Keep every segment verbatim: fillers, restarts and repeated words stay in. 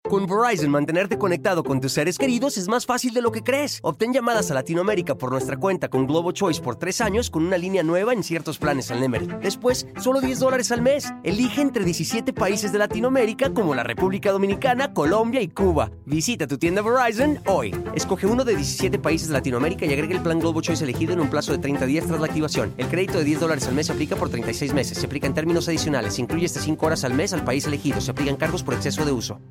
Con Verizon, mantenerte conectado con tus seres queridos es más fácil de lo que crees. Obtén llamadas a Latinoamérica por nuestra cuenta con Globo Choice por tres años con una línea nueva en ciertos planes al Nemery. Después, solo diez dólares al mes. Elige entre diecisiete países de Latinoamérica como la República Dominicana, Colombia y Cuba. Visita tu tienda Verizon hoy. Escoge uno de diecisiete países de Latinoamérica y agrega el plan Globo Choice elegido en un plazo de treinta días tras la activación. El crédito de diez dólares al mes se aplica por treinta y seis meses. Se aplica en términos adicionales. Se incluye hasta cinco horas al mes al país elegido. Se aplican cargos por exceso de uso.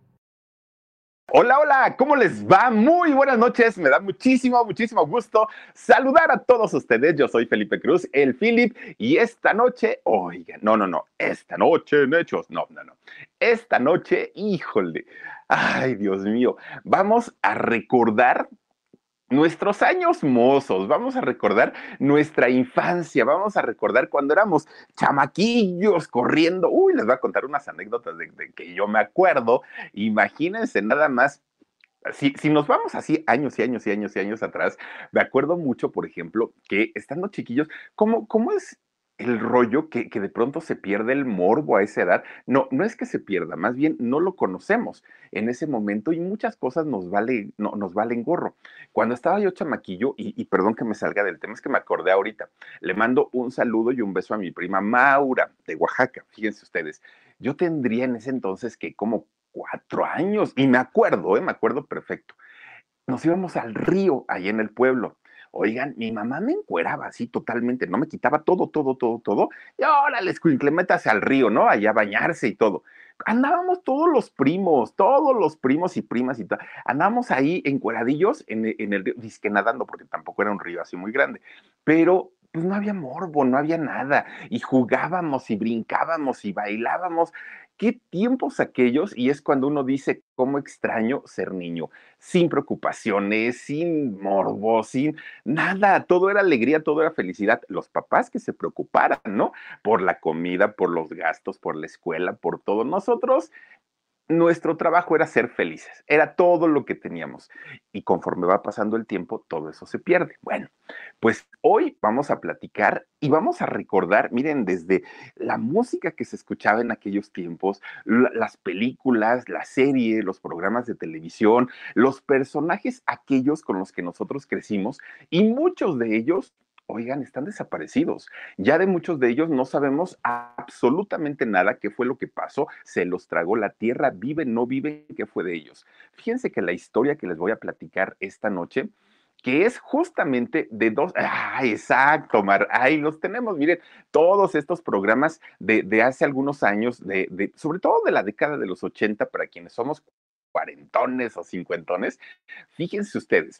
Hola, hola, ¿cómo les va? Muy buenas noches, me da muchísimo, muchísimo gusto saludar a todos ustedes. Yo soy Felipe Cruz, el Philip, y esta noche, oigan, no, no, no, esta noche en Hechos, no, no, no, esta noche, híjole, ay, Dios mío, vamos a recordar nuestros años mozos, vamos a recordar nuestra infancia, vamos a recordar cuando éramos chamaquillos corriendo. Uy, les voy a contar unas anécdotas de, de que yo me acuerdo. Imagínense nada más. Si, si nos vamos así años y años y años y años atrás, me acuerdo mucho, por ejemplo, que estando chiquillos, ¿cómo, cómo es el rollo que, que de pronto se pierde el morbo a esa edad? No, no es que se pierda, más bien no lo conocemos en ese momento y muchas cosas nos, vale, no, nos valen gorro. Cuando estaba yo chamaquillo, y, y perdón que me salga del tema, es que me acordé ahorita, le mando un saludo y un beso a mi prima Maura de Oaxaca. Fíjense ustedes, yo tendría en ese entonces que como cuatro años, y me acuerdo, ¿eh? Me acuerdo perfecto. Nos íbamos al río, ahí en el pueblo. Oigan, mi mamá me encueraba así totalmente, no me quitaba todo, todo, todo, todo, y órale, escuincle, métase al río, ¿no? Allá a bañarse y todo. Andábamos todos los primos, todos los primos y primas y tal. Andábamos ahí encueradillos en, en el río, disque nadando, porque tampoco era un río así muy grande, pero pues no había morbo, no había nada, y jugábamos y brincábamos y bailábamos. ¿Qué tiempos aquellos? Y es cuando uno dice, ¿cómo extraño ser niño? Sin preocupaciones, sin morbo, sin nada, todo era alegría, todo era felicidad. Los papás que se preocuparan, ¿no? Por la comida, por los gastos, por la escuela, por todo. Nosotros, nuestro trabajo era ser felices, era todo lo que teníamos. Y conforme va pasando el tiempo, todo eso se pierde. Bueno, pues hoy vamos a platicar y vamos a recordar, miren, desde la música que se escuchaba en aquellos tiempos, la, las películas, la serie, los programas de televisión, los personajes aquellos con los que nosotros crecimos y muchos de ellos, oigan, están desaparecidos. Ya de muchos de ellos no sabemos absolutamente nada qué fue lo que pasó, se los tragó la tierra, viven, no viven, qué fue de ellos. Fíjense que la historia que les voy a platicar esta noche, que es justamente de dos, ah, exacto, Mar, ahí los tenemos, miren, todos estos programas de, de hace algunos años, de, de, sobre todo de la década de los ochenta, para quienes somos cuarentones o cincuentones, fíjense ustedes,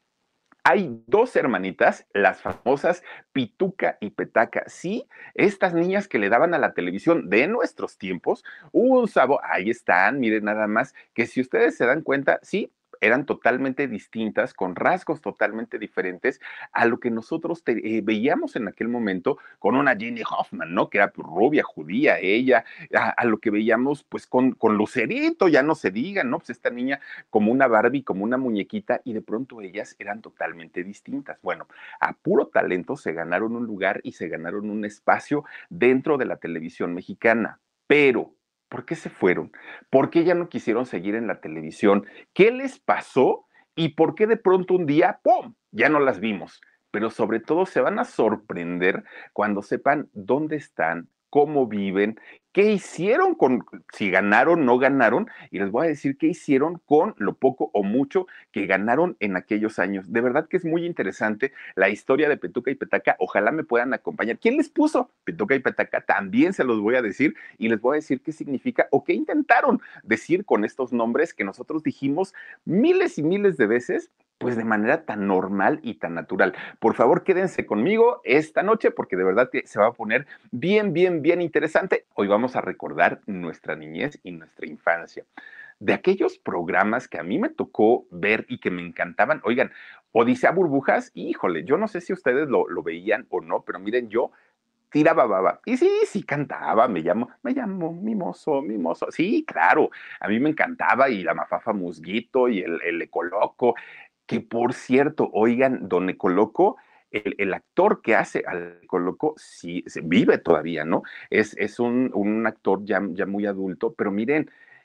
hay dos hermanitas, las famosas Pituca y Petaca. Sí, estas niñas que le daban a la televisión de nuestros tiempos un sabor. Ahí están, miren nada más, que si ustedes se dan cuenta, sí, eran totalmente distintas, con rasgos totalmente diferentes a lo que nosotros te, eh, veíamos en aquel momento con una Jenny Hoffman, ¿no? Que era rubia, judía, ella, a, a lo que veíamos pues con, con Lucerito, ya no se diga, ¿no? Pues esta niña como una Barbie, como una muñequita, y de pronto ellas eran totalmente distintas. Bueno, a puro talento se ganaron un lugar y se ganaron un espacio dentro de la televisión mexicana, pero ¿por qué se fueron? ¿Por qué ya no quisieron seguir en la televisión? ¿Qué les pasó? ¿Y por qué de pronto un día, ¡pum!, ya no las vimos? Pero sobre todo se van a sorprender cuando sepan dónde están, cómo viven, qué hicieron con, si ganaron, no ganaron, y les voy a decir qué hicieron con lo poco o mucho que ganaron en aquellos años. De verdad que es muy interesante la historia de Petuca y Petaca. Ojalá me puedan acompañar. ¿Quién les puso Petuca y Petaca? También se los voy a decir y les voy a decir qué significa o qué intentaron decir con estos nombres que nosotros dijimos miles y miles de veces, pues de manera tan normal y tan natural. Por favor, quédense conmigo esta noche porque de verdad que se va a poner bien, bien, bien interesante. Hoy vamos a recordar nuestra niñez y nuestra infancia. De aquellos programas que a mí me tocó ver y que me encantaban, oigan, Odisea Burbujas, híjole, yo no sé si ustedes lo, lo veían o no, pero miren, yo tiraba baba. Y sí, sí cantaba, me llamo, me llamo Mimoso, Mimoso. Sí, claro, a mí me encantaba y la Mafafa Musguito y el, el Ecoloco, que por cierto, oigan, don Ecoloco, el, el actor que hace al Ecoloco, sí, se vive todavía, ¿no? Es, es un, un actor ya, ya muy adulto, pero miren,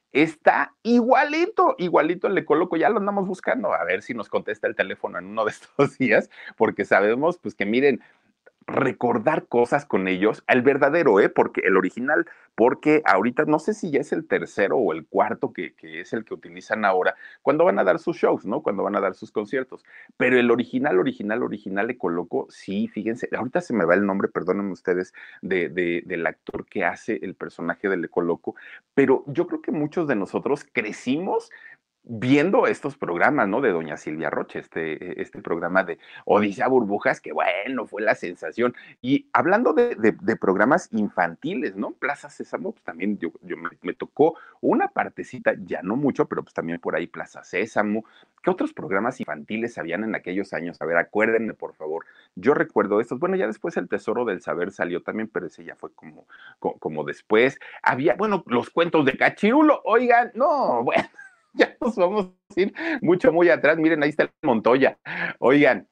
Está igualito, igualito le coloco, ya lo andamos buscando, a ver si nos contesta el teléfono en uno de estos días, porque sabemos pues que miren, recordar cosas con ellos, el verdadero, ¿eh? Porque el original, porque ahorita no sé si ya es el tercero o el cuarto que, que es el que utilizan ahora cuando van a dar sus shows, ¿no? Cuando van a dar sus conciertos. Pero el original, original, original le coloco, sí, fíjense, ahorita se me va el nombre, perdónenme ustedes, de, de, del actor que hace el personaje de Le Coloco, pero yo creo que muchos de nosotros crecimos viendo estos programas, ¿no? De doña Silvia Roche, este, este programa de Odisea Burbujas, que bueno, fue la sensación. Y hablando de, de, de programas infantiles, ¿no? Plaza Sésamo, pues también yo, yo me, me, tocó una partecita, ya no mucho, pero pues también por ahí Plaza Sésamo. ¿Qué otros programas infantiles habían en aquellos años? A ver, acuérdenme, por favor. Yo recuerdo estos. Bueno, ya después El Tesoro del Saber salió también, pero ese ya fue como, como, como después. Había, bueno, los cuentos de Cachirulo, oigan, no, bueno, ya nos vamos a ir mucho, muy atrás. Miren, ahí está el Montoya. Oigan,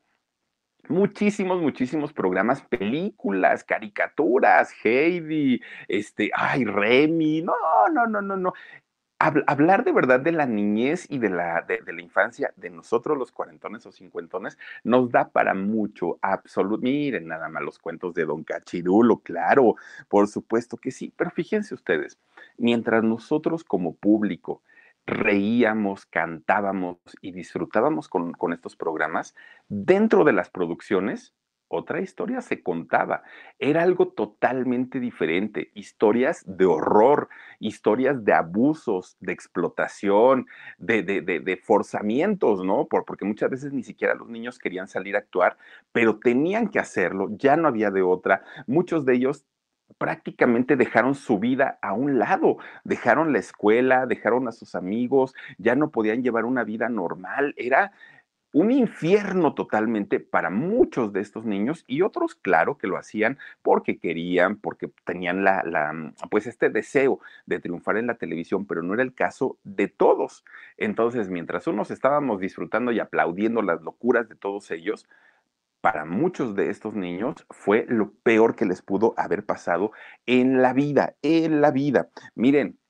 muchísimos, muchísimos programas, películas, caricaturas, Heidi, este, ay, Remy, no, no, no, no, no. Hablar de verdad de la niñez y de la, de, de la infancia de nosotros los cuarentones o cincuentones nos da para mucho, absoluto. Miren nada más los cuentos de Don Cachirulo, claro, por supuesto que sí, pero fíjense ustedes, mientras nosotros como público reíamos, cantábamos y disfrutábamos con, con estos programas, dentro de las producciones, otra historia se contaba. Era algo totalmente diferente, historias de horror, historias de abusos, de explotación, de, de, de, de forzamientos, ¿no? Por, porque muchas veces ni siquiera los niños querían salir a actuar, pero tenían que hacerlo, ya no había de otra. Muchos de ellos prácticamente dejaron su vida a un lado, dejaron la escuela, dejaron a sus amigos, ya no podían llevar una vida normal, era un infierno totalmente para muchos de estos niños y otros, claro, que lo hacían porque querían, porque tenían la, la, pues este deseo de triunfar en la televisión, pero no era el caso de todos. Entonces, mientras unos estábamos disfrutando y aplaudiendo las locuras de todos ellos, para muchos de estos niños fue lo peor que les pudo haber pasado en la vida, en la vida. Miren,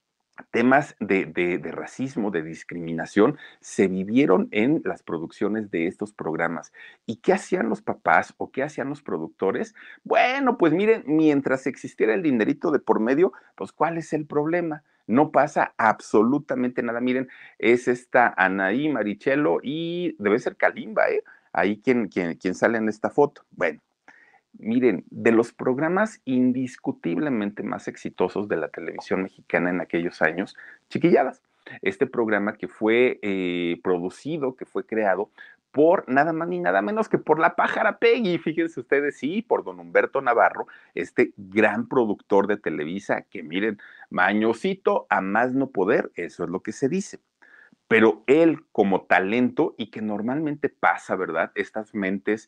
temas de, de, de, racismo, de discriminación, se vivieron en las producciones de estos programas. ¿Y qué hacían los papás o qué hacían los productores? Bueno, pues miren, mientras existiera el dinerito de por medio, pues ¿cuál es el problema? No pasa absolutamente nada. Miren, es esta Anaí Marichelo y debe ser Kalimba, ¿eh? Ahí quien, quien, quien sale en esta foto. Bueno, miren, de los programas indiscutiblemente más exitosos de la televisión mexicana en aquellos años, Chiquilladas. Este programa que fue eh, producido, que fue creado por nada más ni nada menos que por la pájara Peggy, fíjense ustedes, sí, por don Humberto Navarro, este gran productor de Televisa, que miren, mañosito a más no poder, eso es lo que se dice. Pero él como talento, y que normalmente pasa, ¿verdad? Estas mentes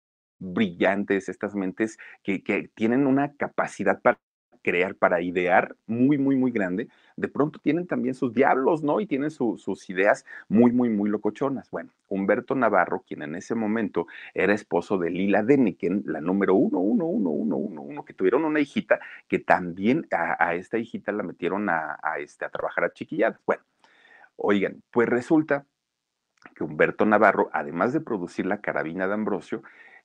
brillantes, estas mentes que, que tienen una capacidad para crear, para idear muy, muy, muy grande, de pronto tienen también sus diablos, ¿no? Y tienen su, sus ideas muy, muy, muy locochonas. Bueno, Humberto Navarro, quien en ese momento era esposo de Lila Deniken, la número uno, uno, uno, uno, uno, uno, que tuvieron una hijita, que también a, a esta hijita la metieron a, a, este, a trabajar a Chiquilladas. Bueno, oigan, pues resulta que Humberto Navarro, además de producir La Carabina de Ambrosio,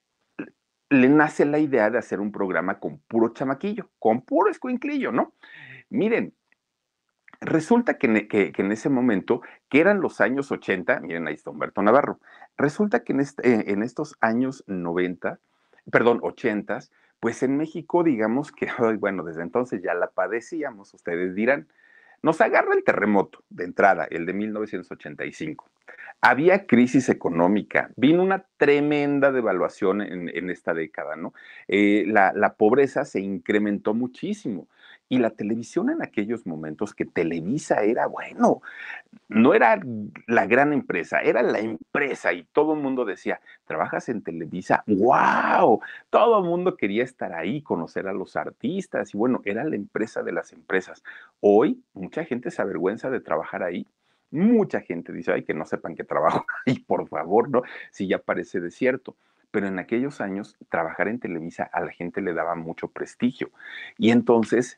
le nace la idea de hacer un programa con puro chamaquillo, con puro escuinclillo, ¿no? Miren, resulta que en, que, que en ese momento, que eran los años ochenta, miren, ahí está Humberto Navarro, resulta que en, este, en estos años noventa, perdón, ochenta, pues en México, digamos que, bueno, desde entonces ya la padecíamos, ustedes dirán, nos agarra el terremoto de entrada, el de mil novecientos ochenta y cinco. Había crisis económica, vino una tremenda devaluación en, en esta década, ¿no? Eh, la, la pobreza se incrementó muchísimo y la televisión en aquellos momentos, que Televisa era, bueno, no era la gran empresa, era la empresa y todo el mundo decía, ¿trabajas en Televisa? ¡Wow! Todo el mundo quería estar ahí, conocer a los artistas y bueno, era la empresa de las empresas. Hoy mucha gente se avergüenza de trabajar ahí. Mucha gente dice, ay, que no sepan que trabajo ahí, por favor, ¿no? Si ya parece desierto. Pero en aquellos años, trabajar en Televisa a la gente le daba mucho prestigio. Y entonces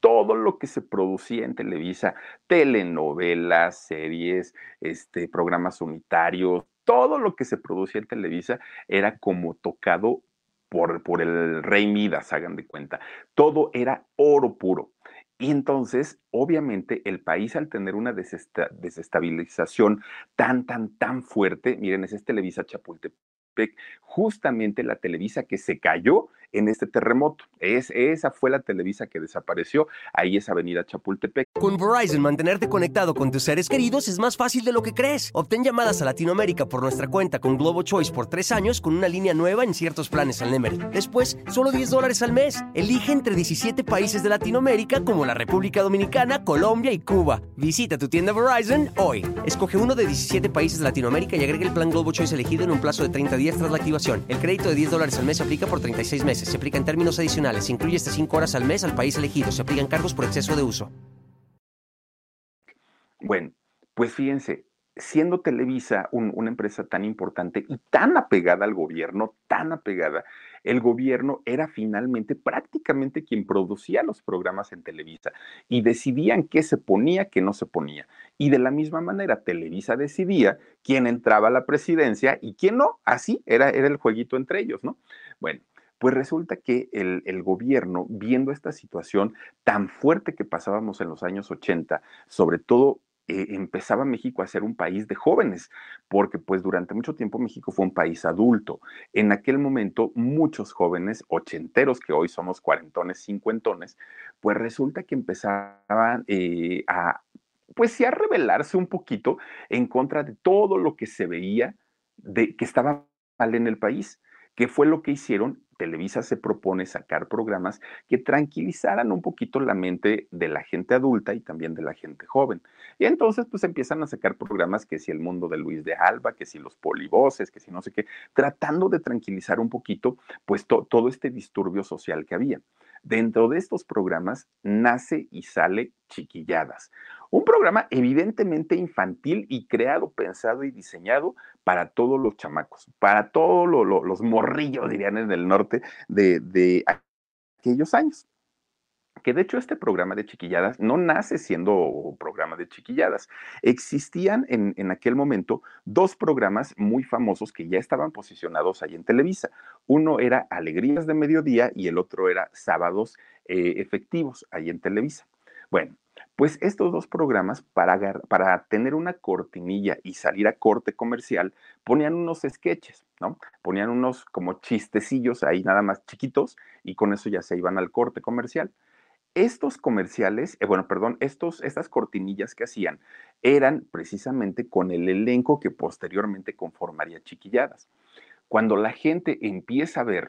todo lo que se producía en Televisa, telenovelas, series, este, programas unitarios, todo lo que se producía en Televisa era como tocado por, por el rey Midas, hagan de cuenta. Todo era oro puro. Y entonces, obviamente, el país al tener una desesta desestabilización tan, tan, tan fuerte, miren, esa es Televisa Chapultepec, justamente la Televisa que se cayó en este terremoto. Es, esa fue la Televisa que desapareció, ahí es Avenida Chapultepec. Con Verizon, mantenerte conectado con tus seres queridos es más fácil de lo que crees. Obtén llamadas a Latinoamérica por nuestra cuenta con Globo Choice por tres años con una línea nueva en ciertos planes al Nemery. Después, solo diez dólares al mes. Elige entre diecisiete países de Latinoamérica como la República Dominicana, Colombia y Cuba. Visita tu tienda Verizon hoy. Escoge uno de diecisiete países de Latinoamérica y agrega el plan Globo Choice elegido en un plazo de treinta días tras la activación. El crédito de diez dólares al mes se aplica por treinta y seis meses. Se aplica en términos adicionales. Se incluye hasta cinco horas al mes al país elegido. Se aplican cargos por exceso de uso. Bueno, pues fíjense, siendo Televisa un, una empresa tan importante y tan apegada al gobierno, tan apegada, el gobierno era finalmente prácticamente quien producía los programas en Televisa y decidían qué se ponía, qué no se ponía. Y de la misma manera, Televisa decidía quién entraba a la presidencia y quién no. Así era, era el jueguito entre ellos, ¿no? Bueno. Pues resulta que el, el gobierno, viendo esta situación tan fuerte que pasábamos en los años ochenta, sobre todo eh, empezaba México a ser un país de jóvenes, porque pues durante mucho tiempo México fue un país adulto. En aquel momento muchos jóvenes ochenteros, que hoy somos cuarentones, cincuentones, pues resulta que empezaban eh, a, pues sí, a rebelarse un poquito en contra de todo lo que se veía de que estaba mal en el país. ¿Qué fue lo que hicieron? Televisa se propone sacar programas que tranquilizaran un poquito la mente de la gente adulta y también de la gente joven. Y entonces pues empiezan a sacar programas que si el mundo de Luis de Alba, que si los polivoces, que si no sé qué, tratando de tranquilizar un poquito pues to todo este disturbio social que había. Dentro de estos programas nace y sale Chiquilladas, un programa evidentemente infantil y creado, pensado y diseñado para todos los chamacos, para todos lo, lo, los morrillos, dirían en el norte, de, de aquellos años. Que de hecho este programa de Chiquilladas no nace siendo un programa de Chiquilladas. Existían en, en aquel momento dos programas muy famosos que ya estaban posicionados ahí en Televisa. Uno era Alegrías de Mediodía y el otro era Sábados eh, Efectivos ahí en Televisa. Bueno, pues estos dos programas, para, para tener una cortinilla y salir a corte comercial, ponían unos sketches, ¿no? Ponían unos como chistecillos ahí nada más chiquitos y con eso ya se iban al corte comercial. Estos comerciales, eh, bueno, perdón, estos, estas cortinillas que hacían eran precisamente con el elenco que posteriormente conformaría Chiquilladas. Cuando la gente empieza a ver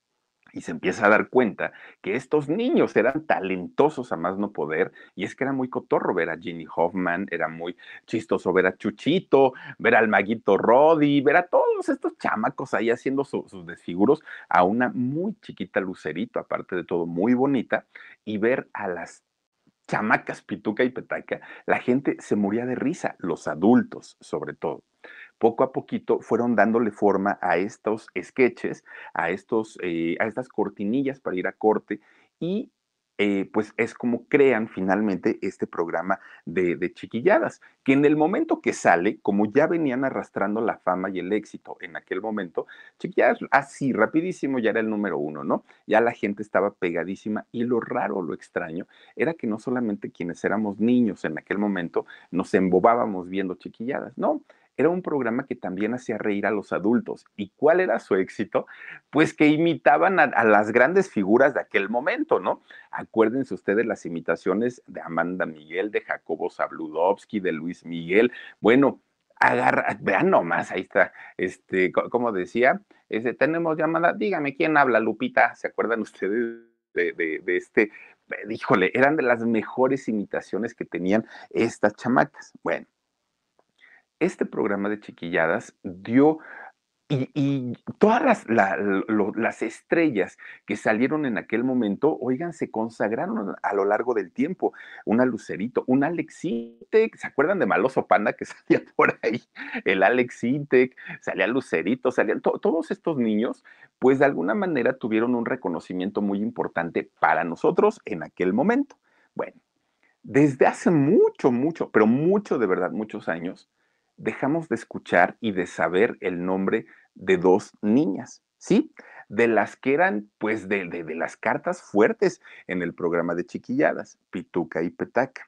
y se empieza a dar cuenta que estos niños eran talentosos a más no poder, y es que era muy cotorro ver a Ginny Hoffman, era muy chistoso ver a Chuchito, ver al Maguito Roddy, ver a todos estos chamacos ahí haciendo su, sus desfiguros, a una muy chiquita Lucerito, aparte de todo muy bonita, y ver a las chamacas Pituca y Petaca, la gente se moría de risa, los adultos sobre todo. Poco a poquito fueron dándole forma a estos sketches, a, estos, eh, a estas cortinillas para ir a corte y eh, pues es como crean finalmente este programa de, de Chiquilladas, que en el momento que sale, como ya venían arrastrando la fama y el éxito en aquel momento, Chiquilladas así rapidísimo ya era el número uno, ¿no? Ya la gente estaba pegadísima y lo raro, lo extraño, era que no solamente quienes éramos niños en aquel momento nos embobábamos viendo Chiquilladas, no, era un programa que también hacía reír a los adultos. ¿Y cuál era su éxito? Pues que imitaban a, a las grandes figuras de aquel momento, ¿no? Acuérdense ustedes las imitaciones de Amanda Miguel, de Jacobo Zabludovsky, de Luis Miguel. Bueno, agarra, vean nomás, ahí está, este, como decía, este, tenemos llamada, dígame quién habla, Lupita, ¿se acuerdan ustedes de, de, de este? Híjole, eran de las mejores imitaciones que tenían estas chamacas. Bueno, este programa de Chiquilladas dio y, y todas las, la, lo, las estrellas que salieron en aquel momento, oigan, se consagraron a lo largo del tiempo. Una Lucerito, un Alex Intec, ¿se acuerdan de Maloso Panda que salía por ahí? El Alex Intec, salía Lucerito, salían to, todos estos niños, pues de alguna manera tuvieron un reconocimiento muy importante para nosotros en aquel momento. Bueno, desde hace mucho, mucho, pero mucho de verdad, muchos años, dejamos de escuchar y de saber el nombre de dos niñas, ¿sí? De las que eran, pues, de, de, de las cartas fuertes en el programa de Chiquilladas, Pituca y Petaca.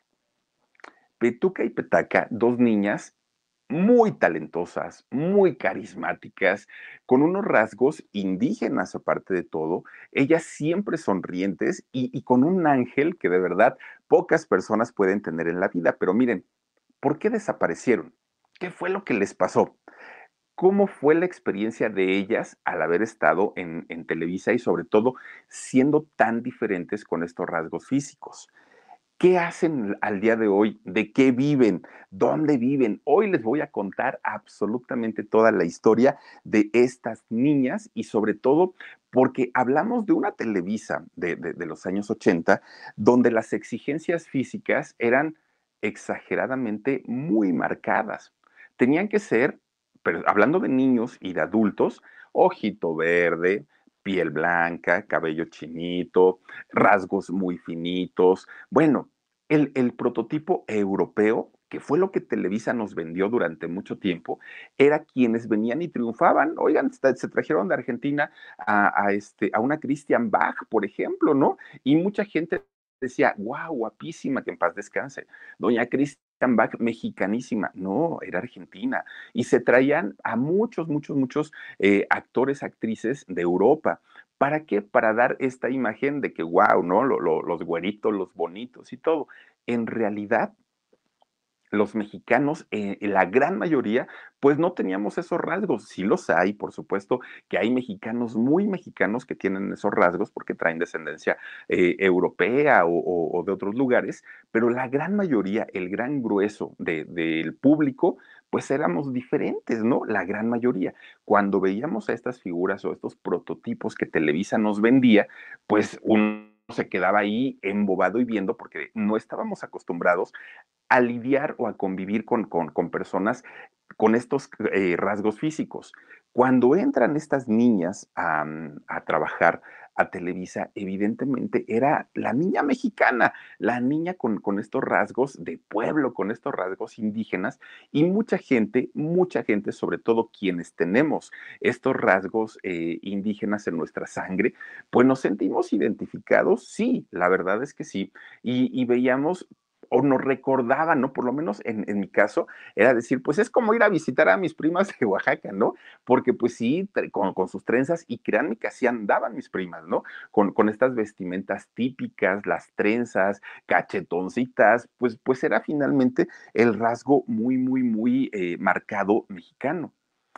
Pituca y Petaca, dos niñas muy talentosas, muy carismáticas, con unos rasgos indígenas aparte de todo, ellas siempre sonrientes y, y con un ángel que de verdad pocas personas pueden tener en la vida. Pero miren, ¿por qué desaparecieron? ¿Qué fue lo que les pasó? ¿Cómo fue la experiencia de ellas al haber estado en, en Televisa y sobre todo siendo tan diferentes con estos rasgos físicos? ¿Qué hacen al día de hoy? ¿De qué viven? ¿Dónde viven? Hoy les voy a contar absolutamente toda la historia de estas niñas y sobre todo porque hablamos de una Televisa de, de, de los años ochenta donde las exigencias físicas eran exageradamente muy marcadas. Tenían que ser, pero hablando de niños y de adultos, ojito verde, piel blanca, cabello chinito, rasgos muy finitos. Bueno, el, el prototipo europeo, que fue lo que Televisa nos vendió durante mucho tiempo, era quienes venían y triunfaban. Oigan, se trajeron de Argentina a, a, este, a una Christian Bach, por ejemplo, ¿no? Y mucha gente decía, wow, guapísima, que en paz descanse. Doña Christian Bach, mexicanísima. No, era argentina. Y se traían a muchos, muchos, muchos eh, actores, actrices de Europa. ¿Para qué? Para dar esta imagen de que, wow, ¿no? Lo, lo, los güeritos, los bonitos y todo. En realidad, los mexicanos, eh, la gran mayoría, pues no teníamos esos rasgos. Sí los hay, por supuesto, que hay mexicanos muy mexicanos que tienen esos rasgos porque traen descendencia eh, europea o, o, o, de otros lugares, pero la gran mayoría, el gran grueso de, del público, pues éramos diferentes, ¿no? La gran mayoría. Cuando veíamos a estas figuras o estos prototipos que Televisa nos vendía, pues uno se quedaba ahí embobado y viendo porque no estábamos acostumbrados a lidiar o a convivir con, con, con personas con estos eh, rasgos físicos. Cuando entran estas niñas a, a, trabajar a Televisa, evidentemente era la niña mexicana, la niña con, con estos rasgos de pueblo, con estos rasgos indígenas, y mucha gente, mucha gente, sobre todo quienes tenemos estos rasgos eh, indígenas en nuestra sangre, pues nos sentimos identificados, sí, la verdad es que sí, y, y veíamos o nos recordaban, ¿no? Por lo menos en, en, mi caso, era decir, pues es como ir a visitar a mis primas de Oaxaca, ¿no? Porque pues sí, con, con sus trenzas, y créanme que así andaban mis primas, ¿no? Con, con estas vestimentas típicas, las trenzas, cachetoncitas, pues, pues era finalmente el rasgo muy, muy, muy eh, marcado mexicano.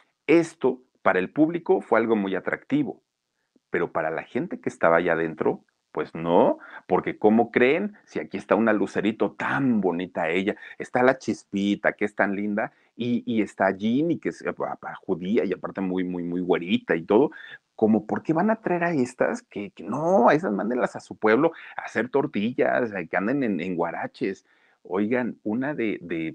Esto para el público fue algo muy atractivo, pero para la gente que estaba allá adentro, pues no, porque ¿cómo creen? Si aquí está una lucerito tan bonita ella, está la Chispita, que es tan linda, y, y está Ginny, que es uh, judía y aparte muy, muy, muy güerita y todo, como ¿por qué van a traer a estas? Que, que no, a esas mándenlas a su pueblo a hacer tortillas, a que anden en, en guaraches. Oigan, una de, de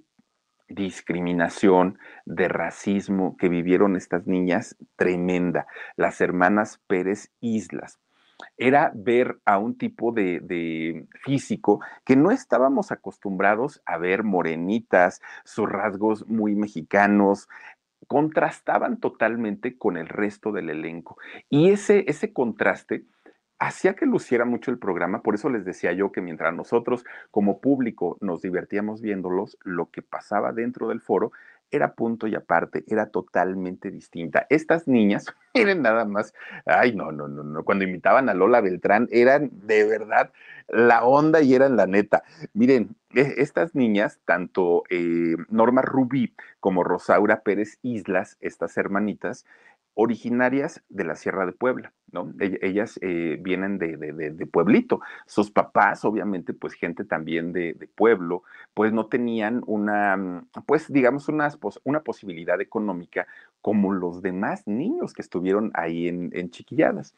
discriminación, de racismo que vivieron estas niñas tremenda, las hermanas Pérez Islas. Era ver a un tipo de, de, físico que no estábamos acostumbrados a ver morenitas, sus rasgos muy mexicanos, contrastaban totalmente con el resto del elenco. Y ese, ese contraste hacía que luciera mucho el programa, por eso les decía yo que mientras nosotros como público nos divertíamos viéndolos, lo que pasaba dentro del foro era punto y aparte, era totalmente distinta. Estas niñas, miren nada más, ay, no, no, no, no, cuando imitaban a Lola Beltrán, eran de verdad la onda y eran la neta. Miren, estas niñas, tanto eh, Norma Rubí como Rosaura Pérez Islas, estas hermanitas, originarias de la Sierra de Puebla, ¿no? Ellas eh, vienen de, de, de, de, pueblito. Sus papás, obviamente, pues gente también de, de pueblo, pues no tenían una, pues digamos, una, una posibilidad económica como los demás niños que estuvieron ahí en, en Chiquilladas.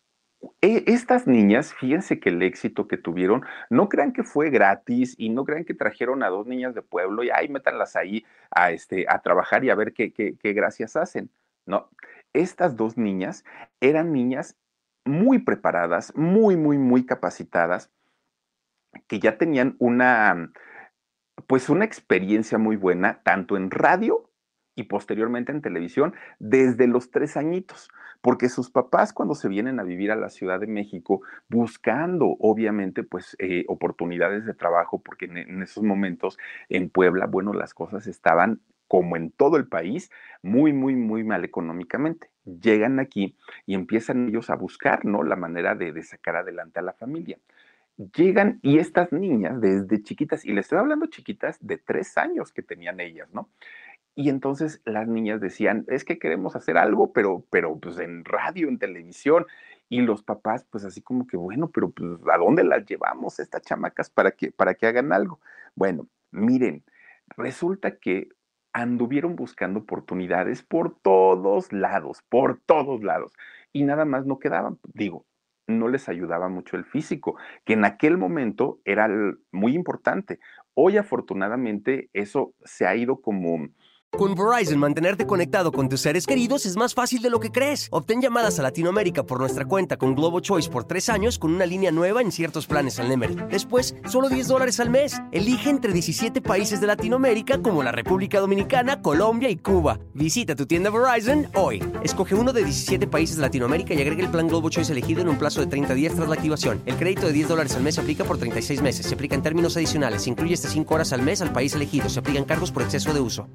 E estas niñas, fíjense que el éxito que tuvieron, no crean que fue gratis y no crean que trajeron a dos niñas de pueblo y ay, métanlas ahí a, este, a trabajar y a ver qué, qué, qué gracias hacen. No, estas dos niñas eran niñas muy preparadas, muy, muy, muy capacitadas, que ya tenían una, pues una experiencia muy buena, tanto en radio y posteriormente en televisión, desde los tres añitos, porque sus papás cuando se vienen a vivir a la Ciudad de México, buscando obviamente pues eh, oportunidades de trabajo, porque en, en esos momentos en Puebla, bueno, las cosas estaban como en todo el país, muy, muy, muy mal económicamente. Llegan aquí y empiezan ellos a buscar, ¿no? La manera de, de sacar adelante a la familia. Llegan y estas niñas desde chiquitas, y le estoy hablando chiquitas de tres años que tenían ellas, ¿no? Y entonces las niñas decían, es que queremos hacer algo, pero, pero pues en radio, en televisión. Y los papás, pues así como que, bueno, pero pues ¿a dónde las llevamos estas chamacas para que, para que hagan algo? Bueno, miren, resulta que anduvieron buscando oportunidades por todos lados, por todos lados. Y nada más no quedaban, digo, no les ayudaba mucho el físico, que en aquel momento era muy importante. Hoy afortunadamente eso se ha ido como Con Verizon, mantenerte conectado con tus seres queridos es más fácil de lo que crees. Obtén llamadas a Latinoamérica por nuestra cuenta con Globo Choice por tres años con una línea nueva en ciertos planes al Nemery. Después, solo diez dólares al mes. Elige entre diecisiete países de Latinoamérica como la República Dominicana, Colombia y Cuba. Visita tu tienda Verizon hoy. Escoge uno de diecisiete países de Latinoamérica y agrega el plan Globo Choice elegido en un plazo de treinta días tras la activación. El crédito de diez dólares al mes se aplica por treinta y seis meses. Se aplica en términos adicionales. Se incluye hasta cinco horas al mes al país elegido. Se aplican cargos por exceso de uso.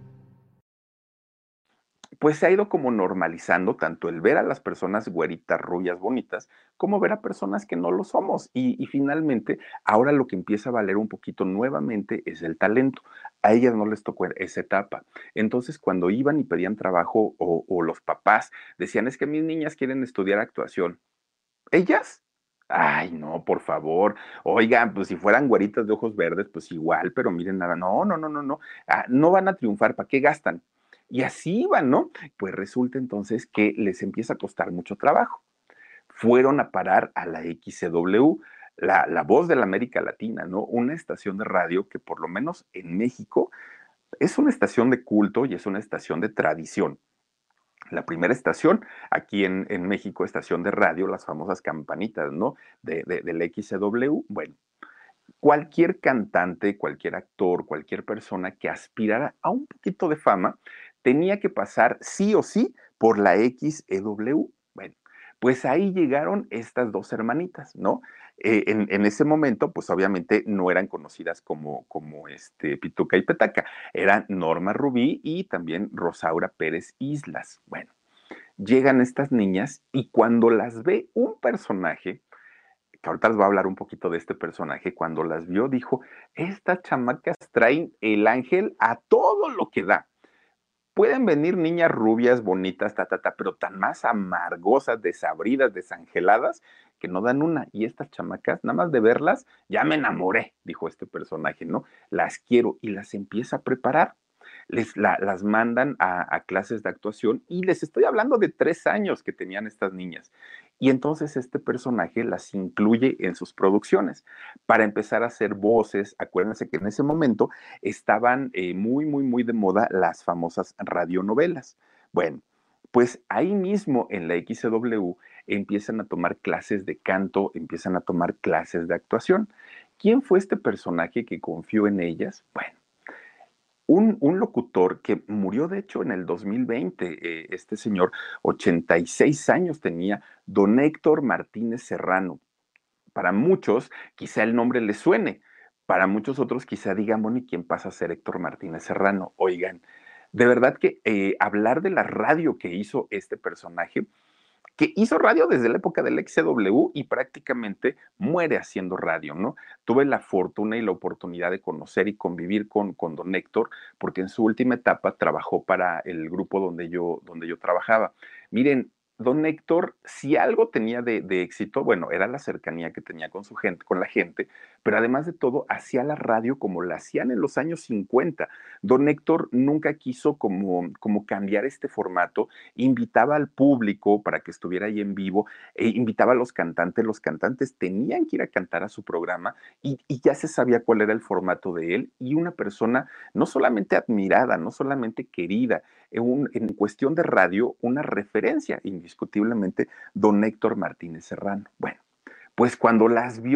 pues se ha ido como normalizando tanto el ver a las personas güeritas, rubias, bonitas, como ver a personas que no lo somos. Y, y finalmente, ahora lo que empieza a valer un poquito nuevamente es el talento. A ellas no les tocó esa etapa. Entonces, cuando iban y pedían trabajo o, o los papás decían, es que mis niñas quieren estudiar actuación. ¿Ellas? Ay, no, por favor. Oigan, pues si fueran güeritas de ojos verdes, pues igual, pero miren nada. No, no, no, no, no. Ah, no van a triunfar. ¿Para qué gastan? Y así iban, ¿no? Pues resulta entonces que les empieza a costar mucho trabajo. Fueron a parar a la X C W, la, la voz de la América Latina, ¿no? Una estación de radio que por lo menos en México es una estación de culto y es una estación de tradición. La primera estación aquí en, en México, estación de radio, las famosas campanitas, ¿no? De, de, del X C W. Bueno, cualquier cantante, cualquier actor, cualquier persona que aspirara a un poquito de fama, tenía que pasar sí o sí por la X E W. Bueno, pues ahí llegaron estas dos hermanitas, ¿no? Eh, en, en, ese momento, pues obviamente no eran conocidas como, como este, Pituca y Petaca, eran Norma Rubí y también Rosaura Pérez Islas. Bueno, llegan estas niñas y cuando las ve un personaje, que ahorita les voy a hablar un poquito de este personaje, cuando las vio dijo, estas chamacas traen el ángel a todo lo que da. Pueden venir niñas rubias, bonitas, ta, ta, ta, pero tan más amargosas, desabridas, desangeladas, que no dan una. Y estas chamacas, nada más de verlas, ya me enamoré, dijo este personaje, ¿no? Las quiero y las empieza a preparar. Les, la, las mandan a, a clases de actuación y les estoy hablando de tres años que tenían estas niñas. Y entonces este personaje las incluye en sus producciones para empezar a hacer voces. Acuérdense que en ese momento estaban eh, muy, muy, muy de moda las famosas radionovelas. Bueno, pues ahí mismo en la X C W empiezan a tomar clases de canto, empiezan a tomar clases de actuación. ¿Quién fue este personaje que confió en ellas? Bueno, un, un locutor que murió de hecho en el dos mil veinte, eh, este señor, ochenta y seis años tenía, don Héctor Martínez Serrano. Para muchos, quizá el nombre les suene. Para muchos otros, quizá digan, bueno, ¿y quién pasa a ser Héctor Martínez Serrano? Oigan, de verdad que eh, hablar de la radio que hizo este personaje, que hizo radio desde la época del X C W y prácticamente muere haciendo radio, ¿no? Tuve la fortuna y la oportunidad de conocer y convivir con, con don Héctor, porque en su última etapa trabajó para el grupo donde yo, donde yo trabajaba. Miren, don Héctor, si algo tenía de, de éxito, bueno, era la cercanía que tenía con su gente, con la gente, pero además de todo, hacía la radio como la hacían en los años cincuenta. Don Héctor nunca quiso como, como cambiar este formato, invitaba al público para que estuviera ahí en vivo, eh, invitaba a los cantantes, los cantantes tenían que ir a cantar a su programa y, y ya se sabía cuál era el formato de él y una persona no solamente admirada, no solamente querida, en, un, en cuestión de radio, una referencia indiscutiblemente, don Héctor Martínez Serrano. Bueno, pues cuando las vio,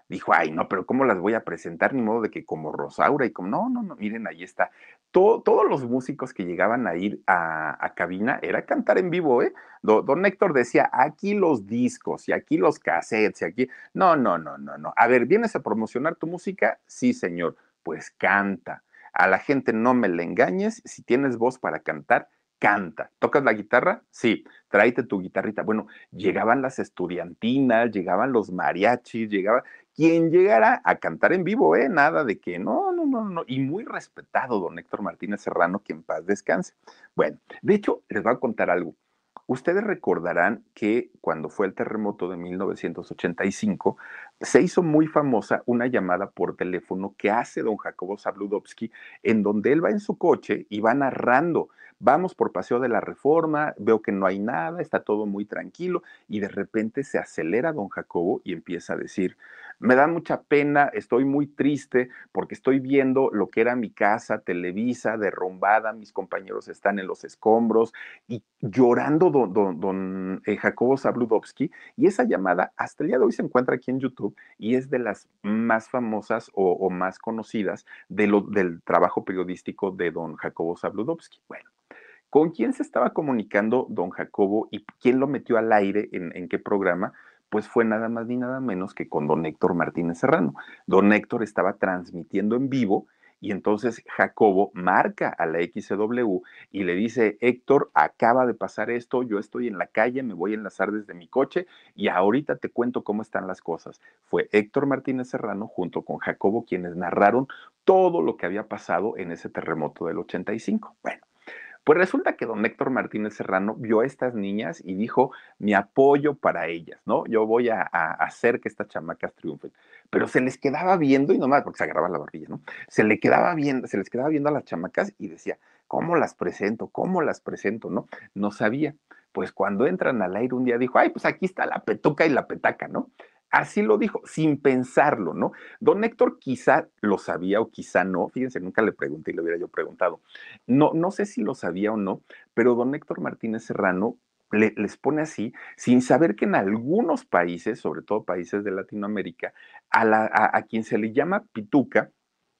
dijo, ay, no, pero ¿cómo las voy a presentar? Ni modo de que como Rosaura y como, no, no, no, miren, ahí está. Todo, todos los músicos que llegaban a ir a, a cabina era cantar en vivo, ¿eh? Don, don Héctor decía, aquí los discos y aquí los cassettes y aquí, no, no, no, no, no. A ver, ¿vienes a promocionar tu música? Sí, señor, pues canta. A la gente no me le engañes, si tienes voz para cantar, canta. ¿Tocas la guitarra? Sí, tráete tu guitarrita. Bueno, llegaban las estudiantinas, llegaban los mariachis, llegaba quien llegara a cantar en vivo, ¿eh? Nada de que no, no, no, no. Y muy respetado, don Héctor Martínez Serrano, que en paz descanse. Bueno, de hecho, les voy a contar algo. Ustedes recordarán que cuando fue el terremoto de mil novecientos ochenta y cinco, se hizo muy famosa una llamada por teléfono que hace don Jacobo Zabludovsky, en donde él va en su coche y va narrando, vamos por Paseo de la Reforma, veo que no hay nada, está todo muy tranquilo, y de repente se acelera don Jacobo y empieza a decir, me da mucha pena, estoy muy triste porque estoy viendo lo que era mi casa, Televisa, derrumbada, mis compañeros están en los escombros, y llorando don, don, don eh, Jacobo Zabludovsky, y esa llamada hasta el día de hoy se encuentra aquí en YouTube y es de las más famosas o, o más conocidas de lo, del trabajo periodístico de don Jacobo Zabludovsky. Bueno, ¿con quién se estaba comunicando don Jacobo y quién lo metió al aire en, en qué programa? Pues fue nada más ni nada menos que con don Héctor Martínez Serrano. Don Héctor estaba transmitiendo en vivo y entonces Jacobo marca a la X C W y le dice, Héctor, acaba de pasar esto, yo estoy en la calle, me voy a enlazar desde mi coche y ahorita te cuento cómo están las cosas. Fue Héctor Martínez Serrano junto con Jacobo quienes narraron todo lo que había pasado en ese terremoto del ochenta y cinco. Bueno, pues resulta que don Héctor Martínez Serrano vio a estas niñas y dijo, mi apoyo para ellas, ¿no? Yo voy a, a hacer que estas chamacas triunfen. Pero se les quedaba viendo, y nomás porque se agarraba la barbilla, ¿no? Se le quedaba viendo, se les quedaba viendo a las chamacas y decía, ¿cómo las presento? ¿Cómo las presento? ¿No? No sabía. Pues cuando entran al aire un día dijo, ay, pues aquí está la petuca y la petaca, ¿no? Así lo dijo, sin pensarlo, ¿no? Don Héctor quizá lo sabía o quizá no, fíjense, nunca le pregunté y le hubiera yo preguntado. No, no sé si lo sabía o no, pero don Héctor Martínez Serrano le, les pone así, sin saber que en algunos países, sobre todo países de Latinoamérica, a, la, a, a quien se le llama pituca,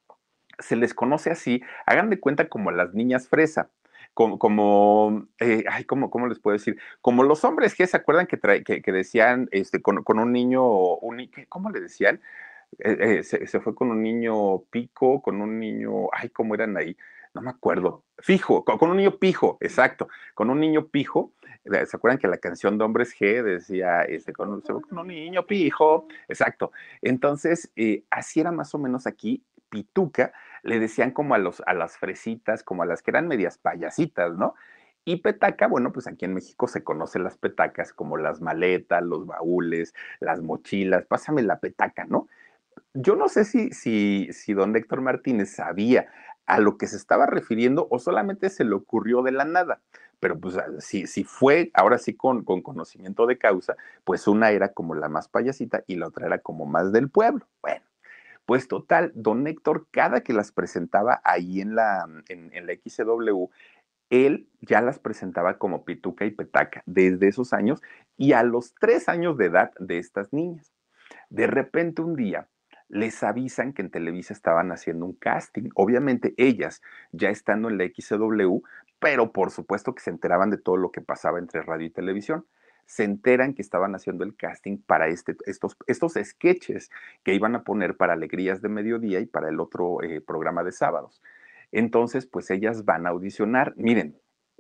se les conoce así, hagan de cuenta como las niñas fresa, como, como eh, ay, ¿cómo, ¿cómo, les puedo decir? Como los hombres que se acuerdan que, trae, que, que decían este, con, con, un niño, un, ¿cómo le decían? Eh, eh, se, se, fue con un niño pico, con un niño, ay, ¿cómo eran ahí? No me acuerdo. Fijo, con, con un niño pijo, exacto, con un niño pijo. ¿Se acuerdan que la canción de Hombres G decía, este, con, se fue con un niño pijo? Exacto. Entonces, eh, así era más o menos aquí, pituca, le decían como a, los, a las fresitas, como a las que eran medias payasitas, ¿no? Y petaca, bueno, pues aquí en México se conocen las petacas como las maletas, los baúles, las mochilas, pásame la petaca, ¿no? Yo no sé si, si, si don Héctor Martínez sabía a lo que se estaba refiriendo o solamente se le ocurrió de la nada. Pero pues si, si fue, ahora sí con, con conocimiento de causa, pues una era como la más payasita y la otra era como más del pueblo. Bueno, pues total, don Héctor, cada que las presentaba ahí en la, en, en la X C W, él ya las presentaba como pituca y petaca desde esos años y a los tres años de edad de estas niñas. De repente un día les avisan que en Televisa estaban haciendo un casting. Obviamente ellas ya estando en la X C W, pero por supuesto que se enteraban de todo lo que pasaba entre radio y televisión. Se enteran que estaban haciendo el casting para este, estos, estos sketches que iban a poner para Alegrías de Mediodía y para el otro eh, programa de sábados. Entonces, pues ellas van a audicionar. Miren,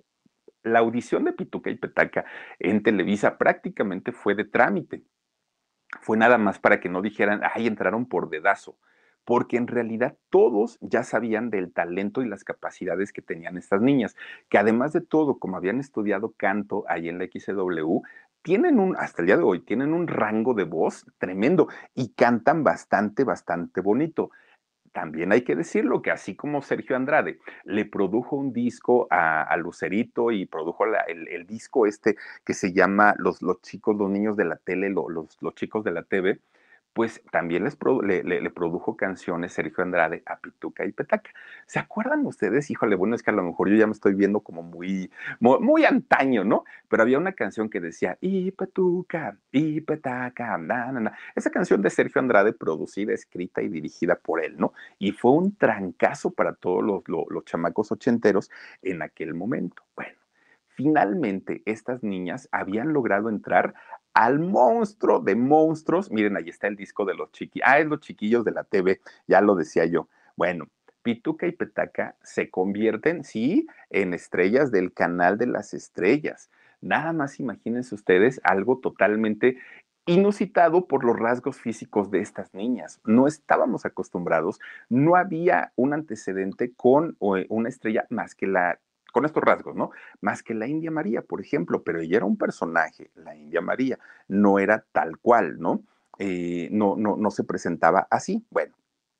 la audición de Pituca y Petaca en Televisa prácticamente fue de trámite, fue nada más para que no dijeran, ay, entraron por dedazo, porque en realidad todos ya sabían del talento y las capacidades que tenían estas niñas, que además de todo, como habían estudiado canto ahí en la X C W, tienen un, hasta el día de hoy, tienen un rango de voz tremendo y cantan bastante, bastante bonito. También hay que decirlo que así como Sergio Andrade le produjo un disco a, a Lucerito y produjo la, el, el, disco este que se llama Los, los chicos, los niños de la tele, los, los, los chicos de la T V, pues también les produ le le le produjo canciones Sergio Andrade a Pituca y Petaca. ¿Se acuerdan ustedes? Híjole, bueno, es que a lo mejor yo ya me estoy viendo como muy mu muy antaño, ¿no? Pero había una canción que decía: "Y Petuca, y Petaca, na, na, na". Esa canción de Sergio Andrade, producida, escrita y dirigida por él, ¿no? Y fue un trancazo para todos los lo los chamacos ochenteros en aquel momento. Bueno, finalmente estas niñas habían logrado entrar al monstruo de monstruos. Miren, ahí está el disco de los chiquillos. Ah, es los chiquillos de la T V, ya lo decía yo. Bueno, Pituca y Petaca se convierten, sí, en estrellas del canal de las estrellas. Nada más imagínense ustedes algo totalmente inusitado por los rasgos físicos de estas niñas. No estábamos acostumbrados, no había un antecedente con eh, una estrella más que la, con estos rasgos, ¿no? Más que la India María, por ejemplo, pero ella era un personaje, la India María, no era tal cual, ¿no? Eh, no, no, no se presentaba así. Bueno,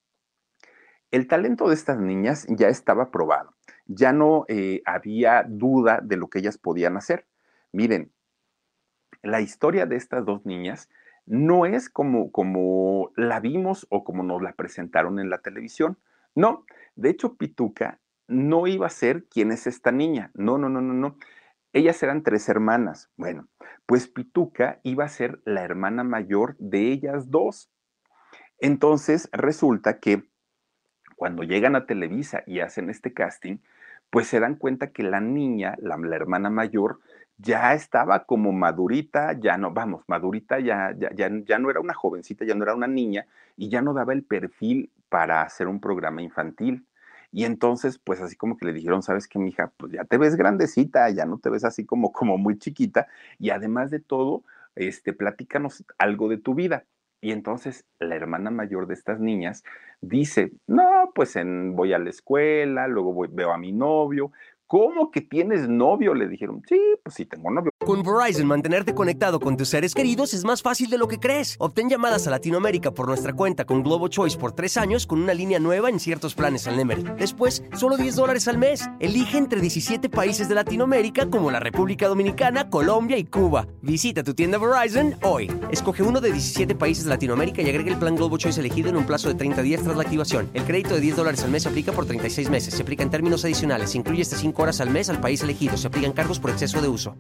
el talento de estas niñas ya estaba probado, ya no eh, había duda de lo que ellas podían hacer. Miren, la historia de estas dos niñas no es como, como la vimos o como nos la presentaron en la televisión. No, de hecho, Pituca no iba a ser quién es esta niña. No, no, no, no, no. Ellas eran tres hermanas. Bueno, pues Pituca iba a ser la hermana mayor de ellas dos. Entonces resulta que cuando llegan a Televisa y hacen este casting, pues se dan cuenta que la niña, la, la hermana mayor, ya estaba como madurita, ya no, vamos, madurita, ya, ya, ya, ya no era una jovencita, ya no era una niña y ya no daba el perfil para hacer un programa infantil. Y entonces, pues así como que le dijeron, ¿sabes qué, mija? Pues ya te ves grandecita, ya no te ves así como, como muy chiquita. Y además de todo, este, platícanos algo de tu vida. Y entonces la hermana mayor de estas niñas dice, no, pues en, voy a la escuela, luego voy, veo a mi novio. ¿Cómo que tienes novio? Le dijeron, sí, pues sí tengo novio. Con Verizon, mantenerte conectado con tus seres queridos es más fácil de lo que crees. Obtén llamadas a Latinoamérica por nuestra cuenta con Globo Choice por tres años con una línea nueva en ciertos planes al Nemery. Después, solo diez dólares al mes. Elige entre diecisiete países de Latinoamérica como la República Dominicana, Colombia y Cuba. Visita tu tienda Verizon hoy. Escoge uno de diecisiete países de Latinoamérica y agrega el plan Globo Choice elegido en un plazo de treinta días tras la activación. El crédito de diez dólares al mes se aplica por treinta y seis meses. Se aplica en términos adicionales. Se incluye hasta cinco horas al mes al país elegido. Se aplican cargos por exceso de uso.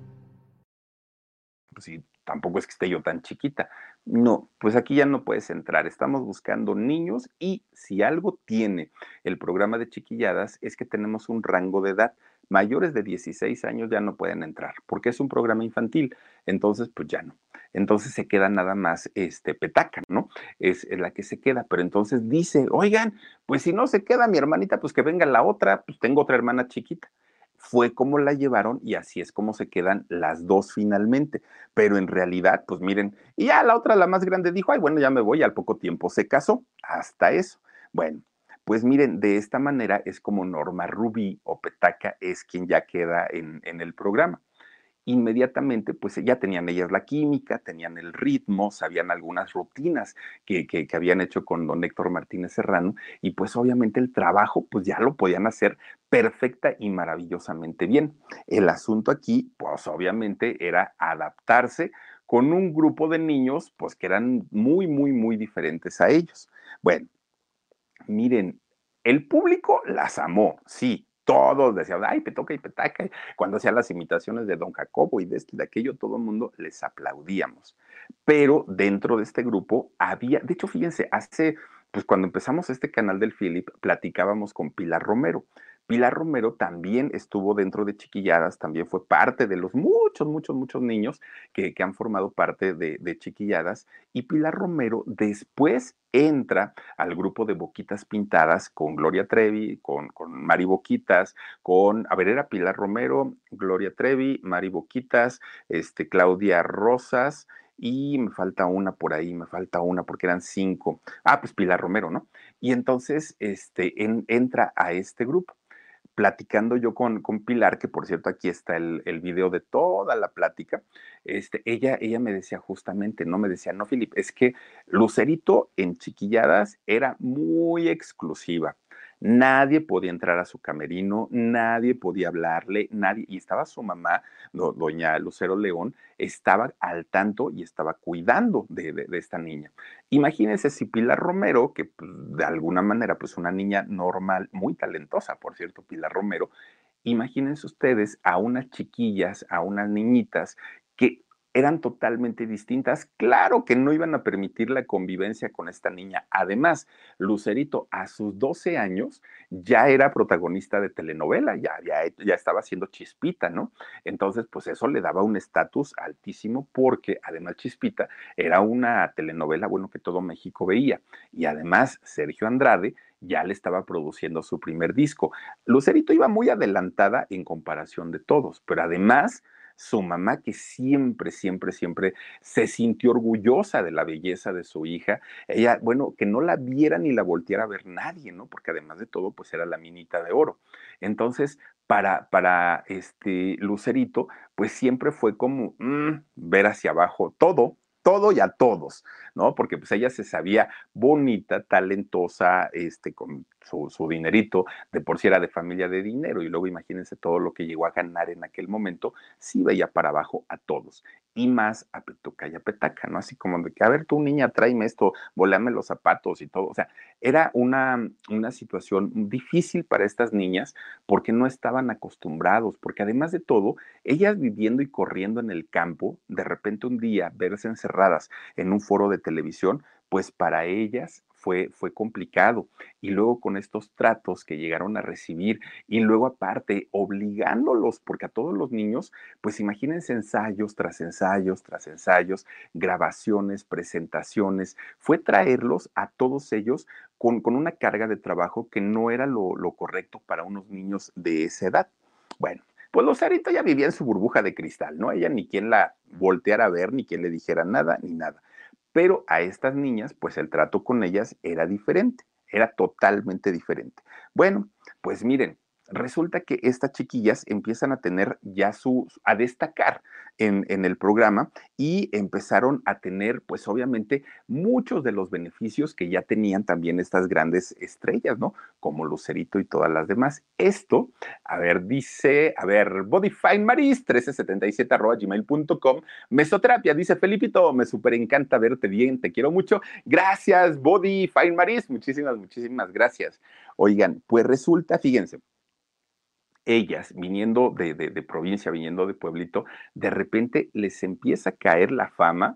Pues sí, tampoco es que esté yo tan chiquita. No, pues aquí ya no puedes entrar. Estamos buscando niños y si algo tiene el programa de chiquilladas es que tenemos un rango de edad. Mayores de dieciséis años ya no pueden entrar porque es un programa infantil. Entonces, pues ya no. Entonces se queda nada más este Petaca, ¿no? Es, es la que se queda. Pero entonces dice, oigan, pues si no se queda mi hermanita, pues que venga la otra, pues tengo otra hermana chiquita. Fue como la llevaron y así es como se quedan las dos finalmente. Pero en realidad, pues miren, y ya la otra, la más grande, dijo, ay, bueno, ya me voy, al poco tiempo se casó, hasta eso. Bueno, pues miren, de esta manera es como Norma Rubí o Petaca es quien ya queda en, en el programa. Inmediatamente, pues ya tenían ellas la química, tenían el ritmo, sabían algunas rutinas que, que, que habían hecho con don Héctor Martínez Serrano, y pues obviamente el trabajo, pues ya lo podían hacer perfecta y maravillosamente bien. El asunto aquí, pues obviamente era adaptarse con un grupo de niños, pues que eran muy, muy, muy diferentes a ellos. Bueno, miren, el público las amó, sí, todos decían, ay, Petoca y Petaca, cuando hacían las imitaciones de Don Jacobo y de esto y de aquello, todo el mundo les aplaudíamos. Pero dentro de este grupo había, de hecho, fíjense, hace, pues cuando empezamos este canal del Philip, platicábamos con Pilar Romero. Pilar Romero también estuvo dentro de Chiquilladas, también fue parte de los muchos, muchos, muchos niños que, que han formado parte de, de Chiquilladas. Y Pilar Romero después entra al grupo de Boquitas Pintadas con Gloria Trevi, con, con Mari Boquitas, con, a ver, era Pilar Romero, Gloria Trevi, Mari Boquitas, este, Claudia Rosas, y me falta una por ahí, me falta una porque eran cinco. Ah, pues Pilar Romero, ¿no? Y entonces este, en, entra a este grupo. Platicando yo con, con Pilar, que por cierto aquí está el, el video de toda la plática, este, ella, ella me decía justamente, no me decía, no, Filip, es que Lucerito en Chiquilladas era muy exclusiva. Nadie podía entrar a su camerino, nadie podía hablarle, nadie, y estaba su mamá, do, doña Lucero León, estaba al tanto y estaba cuidando de, de, de esta niña. Imagínense si Pilar Romero, que pues, de alguna manera, pues una niña normal, muy talentosa, por cierto, Pilar Romero, imagínense ustedes a unas chiquillas, a unas niñitas que eran totalmente distintas. Claro que no iban a permitir la convivencia con esta niña. Además, Lucerito a sus doce años ya era protagonista de telenovela, ya, ya, ya estaba haciendo Chispita, ¿no? Entonces, pues eso le daba un estatus altísimo porque además Chispita era una telenovela, bueno, que todo México veía. Y además, Sergio Andrade ya le estaba produciendo su primer disco. Lucerito iba muy adelantada en comparación de todos, pero además su mamá que siempre, siempre, siempre se sintió orgullosa de la belleza de su hija, ella, bueno, que no la viera ni la volteara a ver nadie, ¿no? Porque además de todo, pues era la minita de oro. Entonces, para, para este Lucerito, pues siempre fue como mm, ver hacia abajo todo, todo y a todos, ¿no? Porque pues ella se sabía bonita, talentosa, este, con su, su dinerito, de por sí era de familia de dinero, y luego imagínense todo lo que llegó a ganar en aquel momento, sí veía para abajo a todos, y más a Petuca y a Petaca, ¿no? Así como de que, a ver, tú niña, tráeme esto, voléame los zapatos y todo, o sea, era una, una situación difícil para estas niñas porque no estaban acostumbrados, porque además de todo, ellas viviendo y corriendo en el campo, de repente un día verse encerradas en un foro de televisión, pues para ellas fue, fue complicado. Y luego con estos tratos que llegaron a recibir y luego aparte obligándolos, porque a todos los niños, pues imagínense ensayos tras ensayos, tras ensayos, grabaciones, presentaciones, fue traerlos a todos ellos con, con una carga de trabajo que no era lo, lo correcto para unos niños de esa edad. Bueno, pues Lozarito ya vivía en su burbuja de cristal, ¿no? Ella ni quien la volteara a ver, ni quien le dijera nada, ni nada. Pero a estas niñas, pues el trato con ellas era diferente, era totalmente diferente. Bueno, pues miren, resulta que estas chiquillas empiezan a tener ya su, a destacar en, en el programa y empezaron a tener, pues obviamente, muchos de los beneficios que ya tenían también estas grandes estrellas, ¿no? Como Lucerito y todas las demás. Esto, a ver, dice, a ver, Bodyfine Maris mil trescientos setenta y siete arroba gmail punto com. Mesoterapia, dice Felipito, me súper encanta verte bien, te quiero mucho. Gracias, Body Fine Maris, muchísimas, muchísimas gracias. Oigan, pues resulta, fíjense, ellas viniendo de, de, de provincia, viniendo de pueblito, de repente les empieza a caer la fama,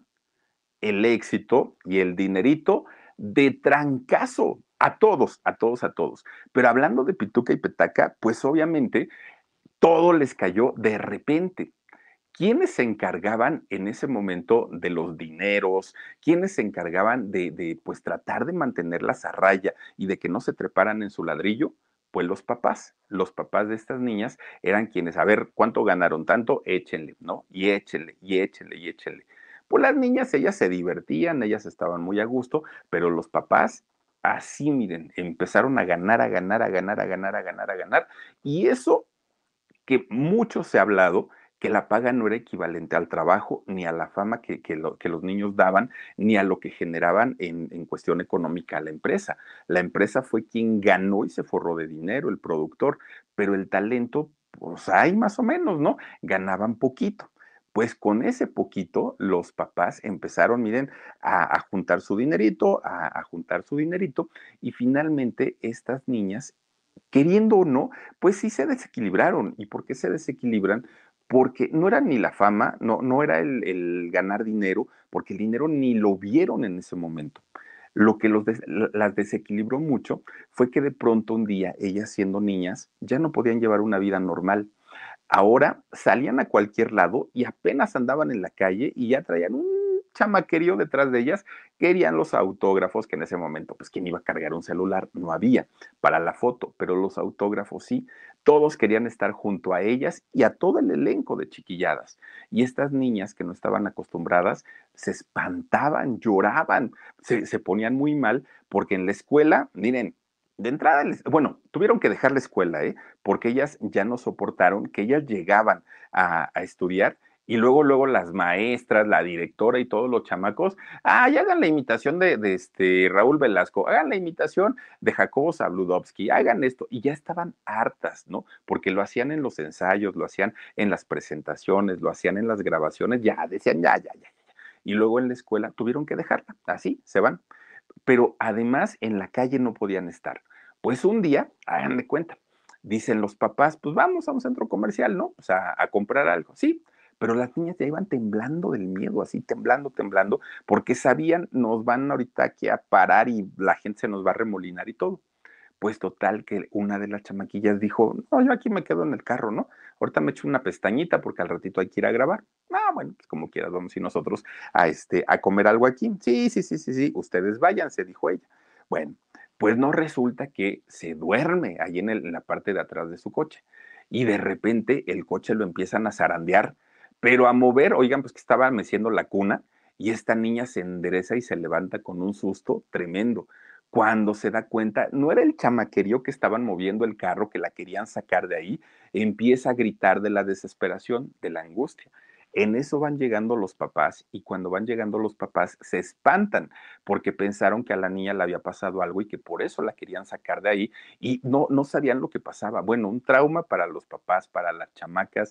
el éxito y el dinerito de trancazo. A todos, a todos, a todos. Pero hablando de Pituca y Petaca, pues obviamente todo les cayó de repente. ¿Quiénes se encargaban en ese momento de los dineros? ¿Quiénes se encargaban de, de, pues, tratar de mantenerlas a raya y de que no se treparan en su ladrillo? Pues los papás, los papás de estas niñas eran quienes, a ver, ¿cuánto ganaron? Tanto, échenle, ¿no? Y échenle, y échenle, y échenle. Pues las niñas, ellas se divertían, ellas estaban muy a gusto, pero los papás, así, miren, empezaron a ganar, a ganar, a ganar, a ganar, a ganar, a ganar. Y eso que mucho se ha hablado que la paga no era equivalente al trabajo, ni a la fama que, que, lo, que los niños daban, ni a lo que generaban en, en, cuestión económica a la empresa. La empresa fue quien ganó y se forró de dinero, el productor, pero el talento, pues hay más o menos, ¿no? Ganaban poquito. Pues con ese poquito, los papás empezaron, miren, a, a juntar su dinerito, a, a juntar su dinerito, y finalmente estas niñas queriendo o no, pues sí se desequilibraron. ¿Y por qué se desequilibran? Porque no era ni la fama, no, no era el, el ganar dinero, porque el dinero ni lo vieron en ese momento. Lo que los des, las desequilibró mucho fue que de pronto un día, ellas siendo niñas, ya no podían llevar una vida normal. Ahora salían a cualquier lado y apenas andaban en la calle y ya traían un chamaquerío detrás de ellas, querían los autógrafos, que en ese momento, pues, ¿quién iba a cargar un celular? No había para la foto, pero los autógrafos sí. Todos querían estar junto a ellas y a todo el elenco de chiquilladas. Y estas niñas que no estaban acostumbradas se espantaban, lloraban, se, se ponían muy mal, porque en la escuela, miren, de entrada, les, bueno, tuvieron que dejar la escuela, ¿eh? Porque ellas ya no soportaron que ellas llegaban a, a estudiar Y luego, luego las maestras, la directora y todos los chamacos, ah, ya hagan la imitación de, de este Raúl Velasco, hagan la imitación de Jacobo Zabludovsky, hagan esto. Y ya estaban hartas, ¿no? Porque lo hacían en los ensayos, lo hacían en las presentaciones, lo hacían en las grabaciones, ya decían, ya, ya, ya, ya. Y luego en la escuela tuvieron que dejarla, así, se van. Pero además en la calle no podían estar. Pues un día, hagan de cuenta, dicen los papás, pues vamos a un centro comercial, ¿no? O sea, a comprar algo. Sí, pero las niñas ya iban temblando del miedo, así temblando, temblando, porque sabían, nos van ahorita aquí a parar y la gente se nos va a remolinar y todo. Pues total que una de las chamaquillas dijo, no, yo aquí me quedo en el carro, ¿no? Ahorita me echo una pestañita porque al ratito hay que ir a grabar. Ah, bueno, pues como quieras, vamos y nosotros a, este, a comer algo aquí. Sí, sí, sí, sí, sí, ustedes váyanse, dijo ella. Bueno, pues no resulta que se duerme ahí en, el, en la parte de atrás de su coche y de repente el coche lo empiezan a zarandear, pero a mover, oigan, pues que estaba meciendo la cuna y esta niña se endereza y se levanta con un susto tremendo. Cuando se da cuenta, no era el chamaquerío que estaban moviendo el carro, que la querían sacar de ahí, empieza a gritar de la desesperación, de la angustia. En eso van llegando los papás y cuando van llegando los papás se espantan porque pensaron que a la niña le había pasado algo y que por eso la querían sacar de ahí y no, no sabían lo que pasaba. Bueno, un trauma para los papás, para las chamacas,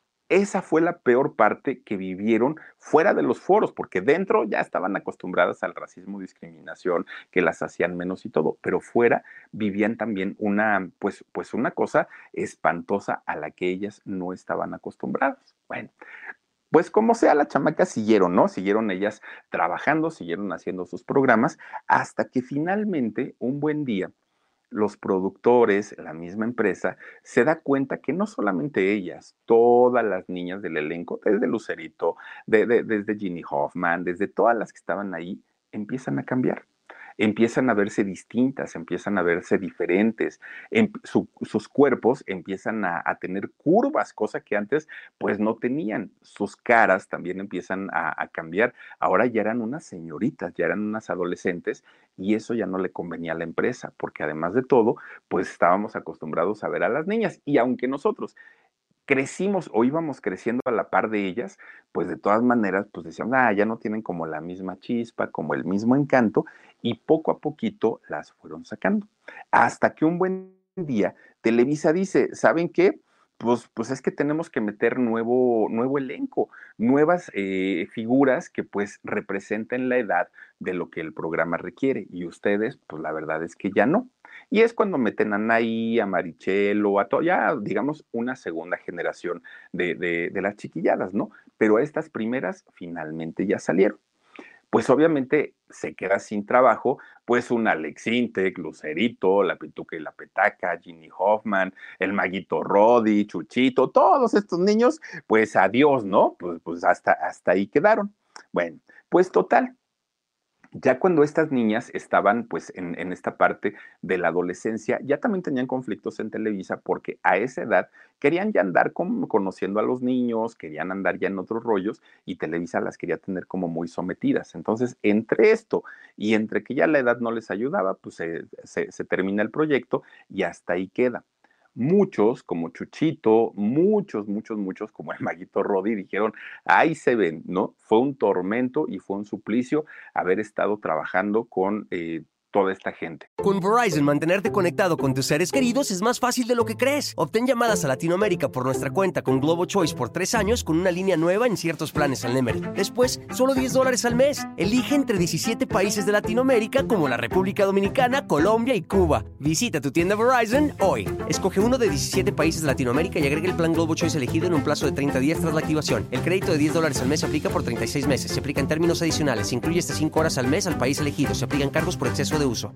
esa fue la peor parte que vivieron fuera de los foros, porque dentro ya estaban acostumbradas al racismo, discriminación, que las hacían menos y todo, pero fuera vivían también una, pues, pues una cosa espantosa a la que ellas no estaban acostumbradas. Bueno, pues como sea, las chamacas siguieron, ¿no? Siguieron ellas trabajando, siguieron haciendo sus programas, hasta que finalmente, un buen día, los productores, la misma empresa, se da cuenta que no solamente ellas, todas las niñas del elenco, desde Lucerito, de, de, desde Ginny Hoffman, desde todas las que estaban ahí, empiezan a cambiar. Empiezan a verse distintas, empiezan a verse diferentes, em, su, sus cuerpos empiezan a, a, tener curvas, cosa que antes pues no tenían. Sus caras también empiezan a, a cambiar. Ahora ya eran unas señoritas, ya eran unas adolescentes y eso ya no le convenía a la empresa, porque además de todo, pues estábamos acostumbrados a ver a las niñas y aunque nosotros crecimos o íbamos creciendo a la par de ellas, pues de todas maneras, pues decían, ah, ya no tienen como la misma chispa, como el mismo encanto, y poco a poquito las fueron sacando. Hasta que un buen día Televisa dice, ¿saben qué? Pues, pues es que tenemos que meter nuevo, nuevo elenco, nuevas eh, figuras que pues representen la edad de lo que el programa requiere. Y ustedes, pues la verdad es que ya no. Y es cuando meten a Anaí, a Marichelo, a todo, ya digamos una segunda generación de, de, de las chiquilladas, ¿no? Pero estas primeras finalmente ya salieron. Pues obviamente se queda sin trabajo, pues un Alex Intec, Lucerito, la Pituca y la Petaca, Ginny Hoffman, el Maguito Rodi, Chuchito, todos estos niños, pues adiós, ¿no? Pues, pues hasta, hasta ahí quedaron. Bueno, pues total, ya cuando estas niñas estaban pues en, en, esta parte de la adolescencia, ya también tenían conflictos en Televisa porque a esa edad querían ya andar con, conociendo a los niños, querían andar ya en otros rollos y Televisa las quería tener como muy sometidas. Entonces, entre esto y entre que ya la edad no les ayudaba, pues se, se, se termina el proyecto y hasta ahí queda. Muchos, como Chuchito, muchos, muchos, muchos, como el Maguito Rodi, dijeron, ahí se ven, ¿no? Fue un tormento y fue un suplicio haber estado trabajando con eh, toda esta gente. Con Verizon, mantenerte conectado con tus seres queridos es más fácil de lo que crees. Obtén llamadas a Latinoamérica por nuestra cuenta con Globo Choice por tres años con una línea nueva en ciertos planes al Nemery. Después, solo diez dólares al mes. Elige entre diecisiete países de Latinoamérica como la República Dominicana, Colombia y Cuba. Visita tu tienda Verizon hoy. Escoge uno de diecisiete países de Latinoamérica y agrega el plan Globo Choice elegido en un plazo de treinta días tras la activación. El crédito de diez dólares al mes se aplica por treinta y seis meses. Se aplica en términos adicionales. Se incluye hasta cinco horas al mes al país elegido. Se aplican cargos por exceso de uso.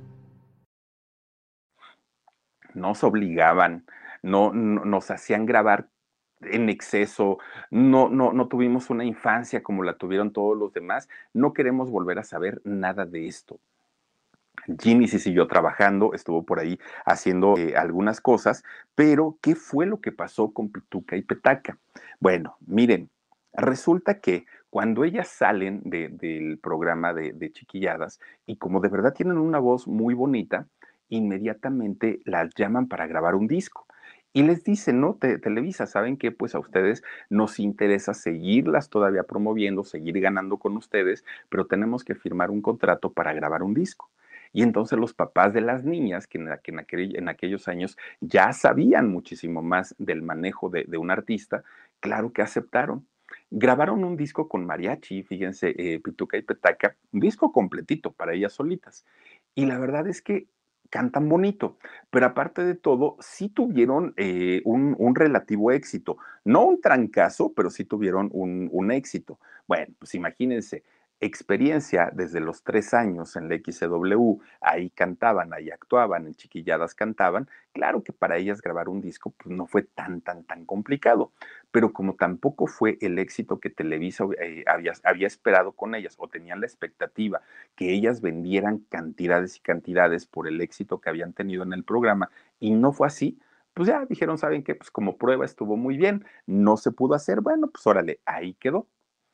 Nos obligaban, no, no nos hacían grabar en exceso, no, no, no tuvimos una infancia como la tuvieron todos los demás, no queremos volver a saber nada de esto. Ginny sí siguió trabajando, estuvo por ahí haciendo eh, algunas cosas, pero ¿qué fue lo que pasó con Pituca y Petaca? Bueno, miren, resulta que cuando ellas salen de, del programa de, de Chiquilladas y como de verdad tienen una voz muy bonita, inmediatamente las llaman para grabar un disco. Y les dicen, ¿no? Te, Televisa, ¿saben qué? Pues a ustedes nos interesa seguirlas todavía promoviendo, seguir ganando con ustedes, pero tenemos que firmar un contrato para grabar un disco. Y entonces los papás de las niñas, que en, que en, aquel, en aquellos años ya sabían muchísimo más del manejo de, de un artista, claro que aceptaron. Grabaron un disco con mariachi, fíjense, eh, Pituca y Petaca, un disco completito para ellas solitas. Y la verdad es que cantan bonito, pero aparte de todo, sí tuvieron eh, un, un, relativo éxito. No un trancazo, pero sí tuvieron un, un éxito. Bueno, pues imagínense, experiencia desde los tres años en la X C W, ahí cantaban, ahí actuaban, en Chiquilladas cantaban. Claro que para ellas grabar un disco pues no fue tan, tan, tan complicado, pero como tampoco fue el éxito que Televisa eh, había, había esperado con ellas o tenían la expectativa que ellas vendieran cantidades y cantidades por el éxito que habían tenido en el programa y no fue así, pues ya dijeron, ¿saben qué? Pues como prueba estuvo muy bien, no se pudo hacer, bueno, pues órale, ahí quedó.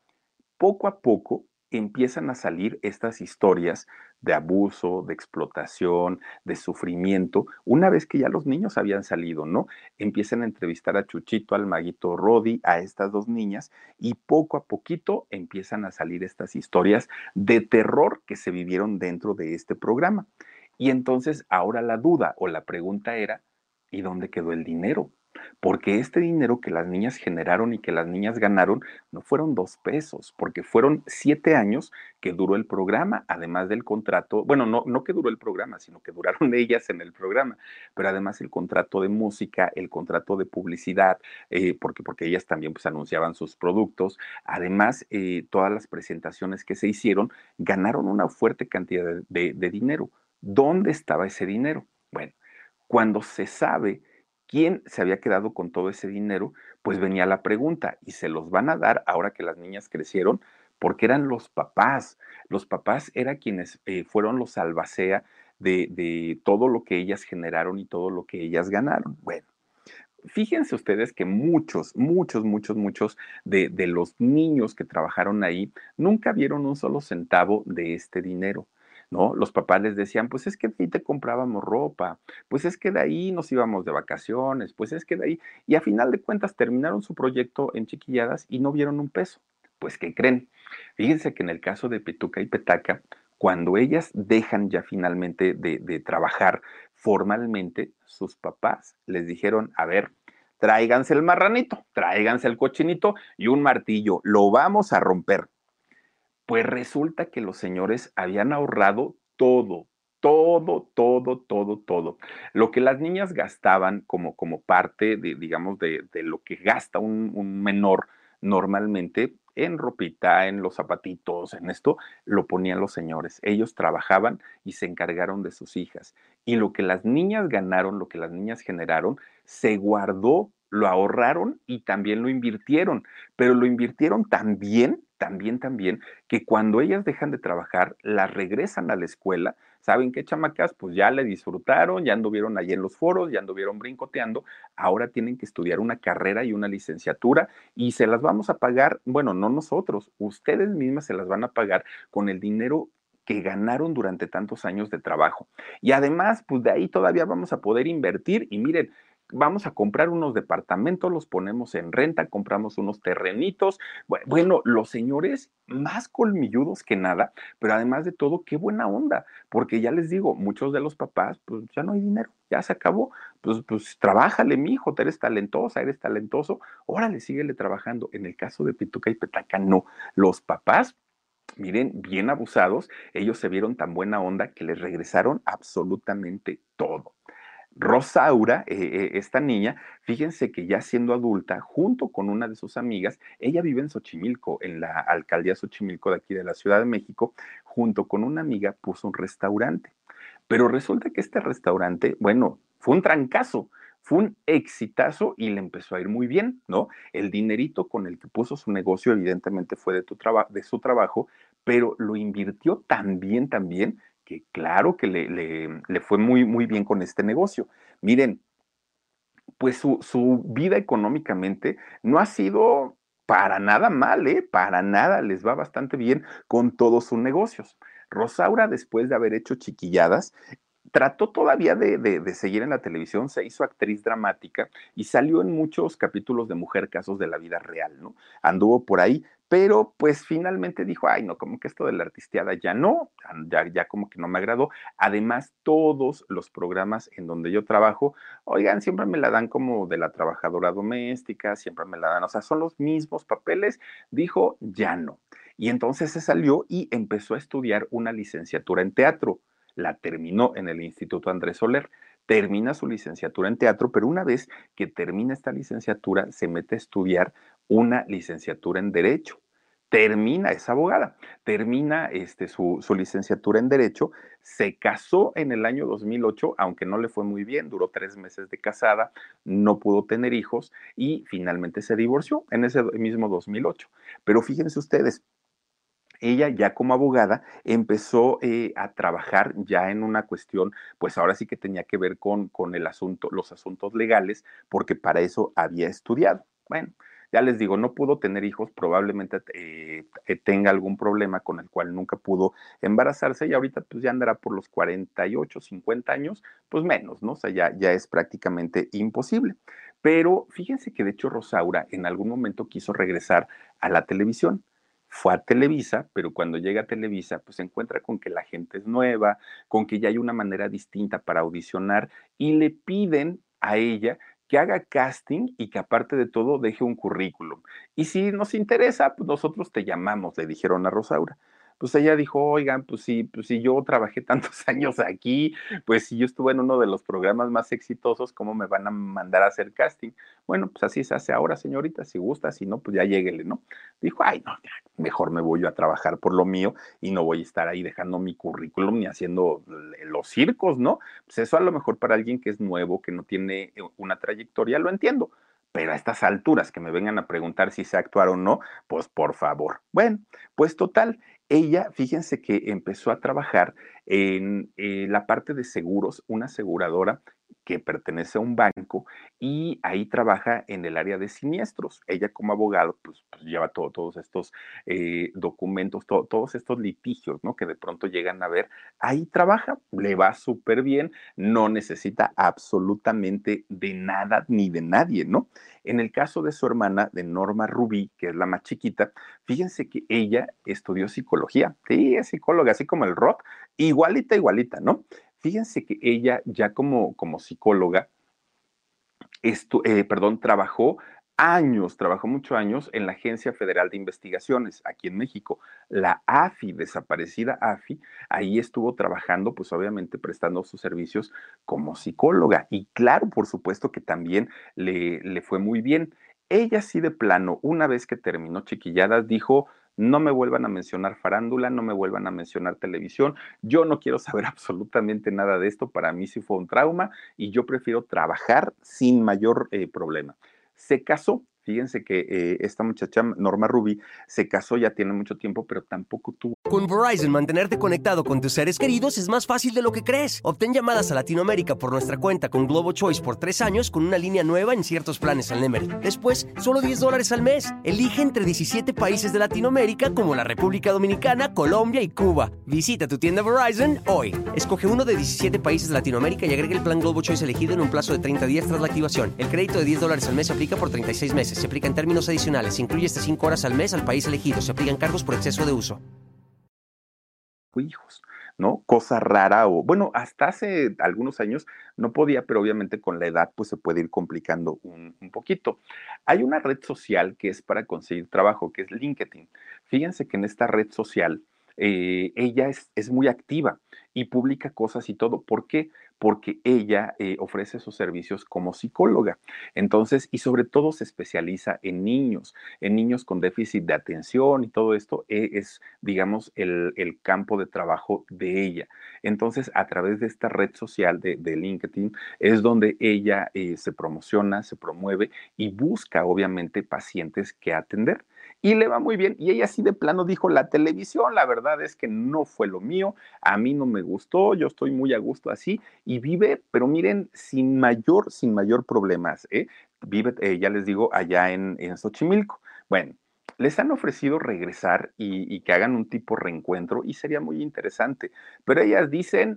Poco a poco empiezan a salir estas historias de abuso, de explotación, de sufrimiento, una vez que ya los niños habían salido, ¿no? Empiezan a entrevistar a Chuchito, al maguito Rodi, a estas dos niñas, y poco a poquito empiezan a salir estas historias de terror que se vivieron dentro de este programa. Y entonces ahora la duda o la pregunta era, ¿y dónde quedó el dinero? Porque este dinero que las niñas generaron y que las niñas ganaron no fueron dos pesos, porque fueron siete años que duró el programa, además del contrato, bueno, no, no que duró el programa, sino que duraron ellas en el programa, pero además el contrato de música, el contrato de publicidad, eh, porque, porque ellas también pues anunciaban sus productos, además eh, todas las presentaciones que se hicieron ganaron una fuerte cantidad de, de, de dinero. ¿Dónde estaba ese dinero? Bueno, cuando se sabe quién se había quedado con todo ese dinero, pues venía la pregunta, ¿y se los van a dar ahora que las niñas crecieron? Porque eran los papás. Los papás eran quienes eh, fueron los albacea de, de todo lo que ellas generaron y todo lo que ellas ganaron. Bueno, fíjense ustedes que muchos, muchos, muchos, muchos de, de los niños que trabajaron ahí nunca vieron un solo centavo de este dinero. ¿No? Los papás les decían, pues es que de ahí te comprábamos ropa, pues es que de ahí nos íbamos de vacaciones, pues es que de ahí, y a final de cuentas terminaron su proyecto en Chiquilladas y no vieron un peso. Pues, ¿qué creen? Fíjense que en el caso de Pituca y Petaca, cuando ellas dejan ya finalmente de, de trabajar formalmente, sus papás les dijeron, a ver, tráiganse el marranito, tráiganse el cochinito y un martillo, lo vamos a romper. Pues resulta que los señores habían ahorrado todo, todo, todo, todo, todo. Lo que las niñas gastaban como, como parte de, digamos, de, de lo que gasta un, un menor normalmente en ropita, en los zapatitos, en esto, lo ponían los señores. Ellos trabajaban y se encargaron de sus hijas. Y lo que las niñas ganaron, lo que las niñas generaron, se guardó, lo ahorraron y también lo invirtieron. Pero lo invirtieron también, también, también, que cuando ellas dejan de trabajar, las regresan a la escuela. ¿Saben qué, chamacas? Pues ya le disfrutaron, ya anduvieron allí en los foros, ya anduvieron brincoteando, ahora tienen que estudiar una carrera y una licenciatura y se las vamos a pagar, bueno, no nosotros, ustedes mismas se las van a pagar con el dinero que ganaron durante tantos años de trabajo. Y además, pues de ahí todavía vamos a poder invertir y miren, vamos a comprar unos departamentos, los ponemos en renta, compramos unos terrenitos. Bueno, los señores más colmilludos que nada, pero además de todo, qué buena onda, porque ya les digo, muchos de los papás, pues ya no hay dinero, ya se acabó, pues, pues trabájale, mijo, eres talentosa, eres talentoso, órale, síguele trabajando. En el caso de Pituca y Petaca, no, los papás, miren, bien abusados, ellos se vieron tan buena onda que les regresaron absolutamente todo. Rosaura, eh, eh, esta niña, fíjense que ya siendo adulta, junto con una de sus amigas, ella vive en Xochimilco, en la alcaldía Xochimilco de aquí de la Ciudad de México, junto con una amiga puso un restaurante. Pero resulta que este restaurante, bueno, fue un trancazo, fue un exitazo y le empezó a ir muy bien, ¿no? El dinerito con el que puso su negocio evidentemente fue de, tu traba- de su trabajo, pero lo invirtió tan bien, tan bien, que claro que le, le, le fue muy, muy bien con este negocio. Miren, pues su, su vida económicamente no ha sido para nada mal, ¿eh? Para nada, les va bastante bien con todos sus negocios. Rosaura, después de haber hecho chiquilladas, trató todavía de, de, de, seguir en la televisión, se hizo actriz dramática y salió en muchos capítulos de Mujer Casos de la Vida Real, ¿no? Anduvo por ahí, pero pues finalmente dijo, ay, no, como que esto de la artisteada ya no, ya, ya como que no me agradó. Además, todos los programas en donde yo trabajo, oigan, siempre me la dan como de la trabajadora doméstica, siempre me la dan, o sea, son los mismos papeles, dijo, ya no. Y entonces se salió y empezó a estudiar una licenciatura en teatro. La terminó en el Instituto Andrés Soler, termina su licenciatura en teatro, pero una vez que termina esta licenciatura, se mete a estudiar una licenciatura en Derecho. Termina, es abogada, termina este, su, su licenciatura en Derecho, se casó en el año dos mil ocho, aunque no le fue muy bien, duró tres meses de casada, no pudo tener hijos y finalmente se divorció en ese mismo dos mil ocho. Pero fíjense ustedes, ella ya como abogada empezó eh, a trabajar ya en una cuestión, pues ahora sí que tenía que ver con, con el asunto, los asuntos legales, porque para eso había estudiado. Bueno, ya les digo, no pudo tener hijos, probablemente eh, tenga algún problema con el cual nunca pudo embarazarse y ahorita pues ya andará por los cuarenta y ocho, cincuenta años, pues menos, ¿no? O sea, ya, ya es prácticamente imposible. Pero fíjense que de hecho Rosaura en algún momento quiso regresar a la televisión. Fue a Televisa, pero cuando llega a Televisa, pues se encuentra con que la gente es nueva, con que ya hay una manera distinta para audicionar y le piden a ella que haga casting y que aparte de todo deje un currículum. Y si nos interesa, pues nosotros te llamamos, le dijeron a Rosaura. Pues ella dijo, oigan, pues sí, pues si yo trabajé tantos años aquí, pues si yo estuve en uno de los programas más exitosos, ¿cómo me van a mandar a hacer casting? Bueno, pues así se hace ahora, señorita, si gusta, si no, pues ya lléguele, ¿no? Dijo, ay, no, ya, mejor me voy yo a trabajar por lo mío y no voy a estar ahí dejando mi currículum ni haciendo los circos, ¿no? Pues eso a lo mejor para alguien que es nuevo, que no tiene una trayectoria, lo entiendo. Pero a estas alturas que me vengan a preguntar si sé actuar o no, pues por favor. Bueno, pues total, ella, fíjense que empezó a trabajar en eh, la parte de seguros, una aseguradora que pertenece a un banco y ahí trabaja en el área de siniestros. Ella como abogado, pues, pues lleva todo, todos estos eh, documentos, to, todos estos litigios, ¿no? Que de pronto llegan a ver. Ahí trabaja, le va súper bien, no necesita absolutamente de nada ni de nadie, ¿no? En el caso de su hermana, de Norma Rubí, que es la más chiquita, fíjense que ella estudió psicología. Sí, es psicóloga, así como el rock, igualita, igualita, ¿no? Fíjense que ella ya como, como psicóloga, estu eh, perdón, trabajó años, trabajó muchos años en la Agencia Federal de Investigaciones, aquí en México, la A F I, desaparecida A F I, ahí estuvo trabajando, pues obviamente prestando sus servicios como psicóloga. Y claro, por supuesto que también le, le fue muy bien. Ella sí de plano, una vez que terminó Chiquilladas, dijo, no me vuelvan a mencionar farándula, no me vuelvan a mencionar televisión, yo no quiero saber absolutamente nada de esto, para mí sí fue un trauma y yo prefiero trabajar sin mayor eh, problema. Se casó, fíjense que eh, esta muchacha, Norma Rubí, se casó ya tiene mucho tiempo, pero tampoco tuvo. Con Verizon, mantenerte conectado con tus seres queridos es más fácil de lo que crees. Obtén llamadas a Latinoamérica por nuestra cuenta con Globo Choice por tres años con una línea nueva en ciertos planes al Nemery. Después, solo diez dólares al mes. Elige entre diecisiete países de Latinoamérica como la República Dominicana, Colombia y Cuba. Visita tu tienda Verizon hoy. Escoge uno de diecisiete países de Latinoamérica y agrega el plan Globo Choice elegido en un plazo de treinta días tras la activación. El crédito de diez dólares al mes se aplica por treinta y seis meses. Se aplica en términos adicionales. Se incluye hasta cinco horas al mes al país elegido. Se aplican cargos por exceso de uso. Hijos, ¿no? Cosa rara o, bueno, hasta hace algunos años no podía, pero obviamente con la edad pues se puede ir complicando un, un poquito. Hay una red social que es para conseguir trabajo, que es LinkedIn. Fíjense que en esta red social eh, ella es, es muy activa y publica cosas y todo. ¿Por qué? Porque ella eh, ofrece sus servicios como psicóloga. Entonces, y sobre todo se especializa en niños, en niños con déficit de atención y todo esto eh, es, digamos, el, el, campo de trabajo de ella. Entonces, a través de esta red social de, de LinkedIn es donde ella eh, se promociona, se promueve y busca, obviamente, pacientes que atender. Y le va muy bien. Y ella así de plano dijo, la televisión, la verdad es que no fue lo mío, a mí no me gustó, yo estoy muy a gusto así, y vive, pero miren, sin mayor, sin mayor problemas, ¿eh? Vive, eh, ya les digo, allá en, en Xochimilco. Bueno, les han ofrecido regresar y, y que hagan un tipo reencuentro y sería muy interesante, pero ellas dicen,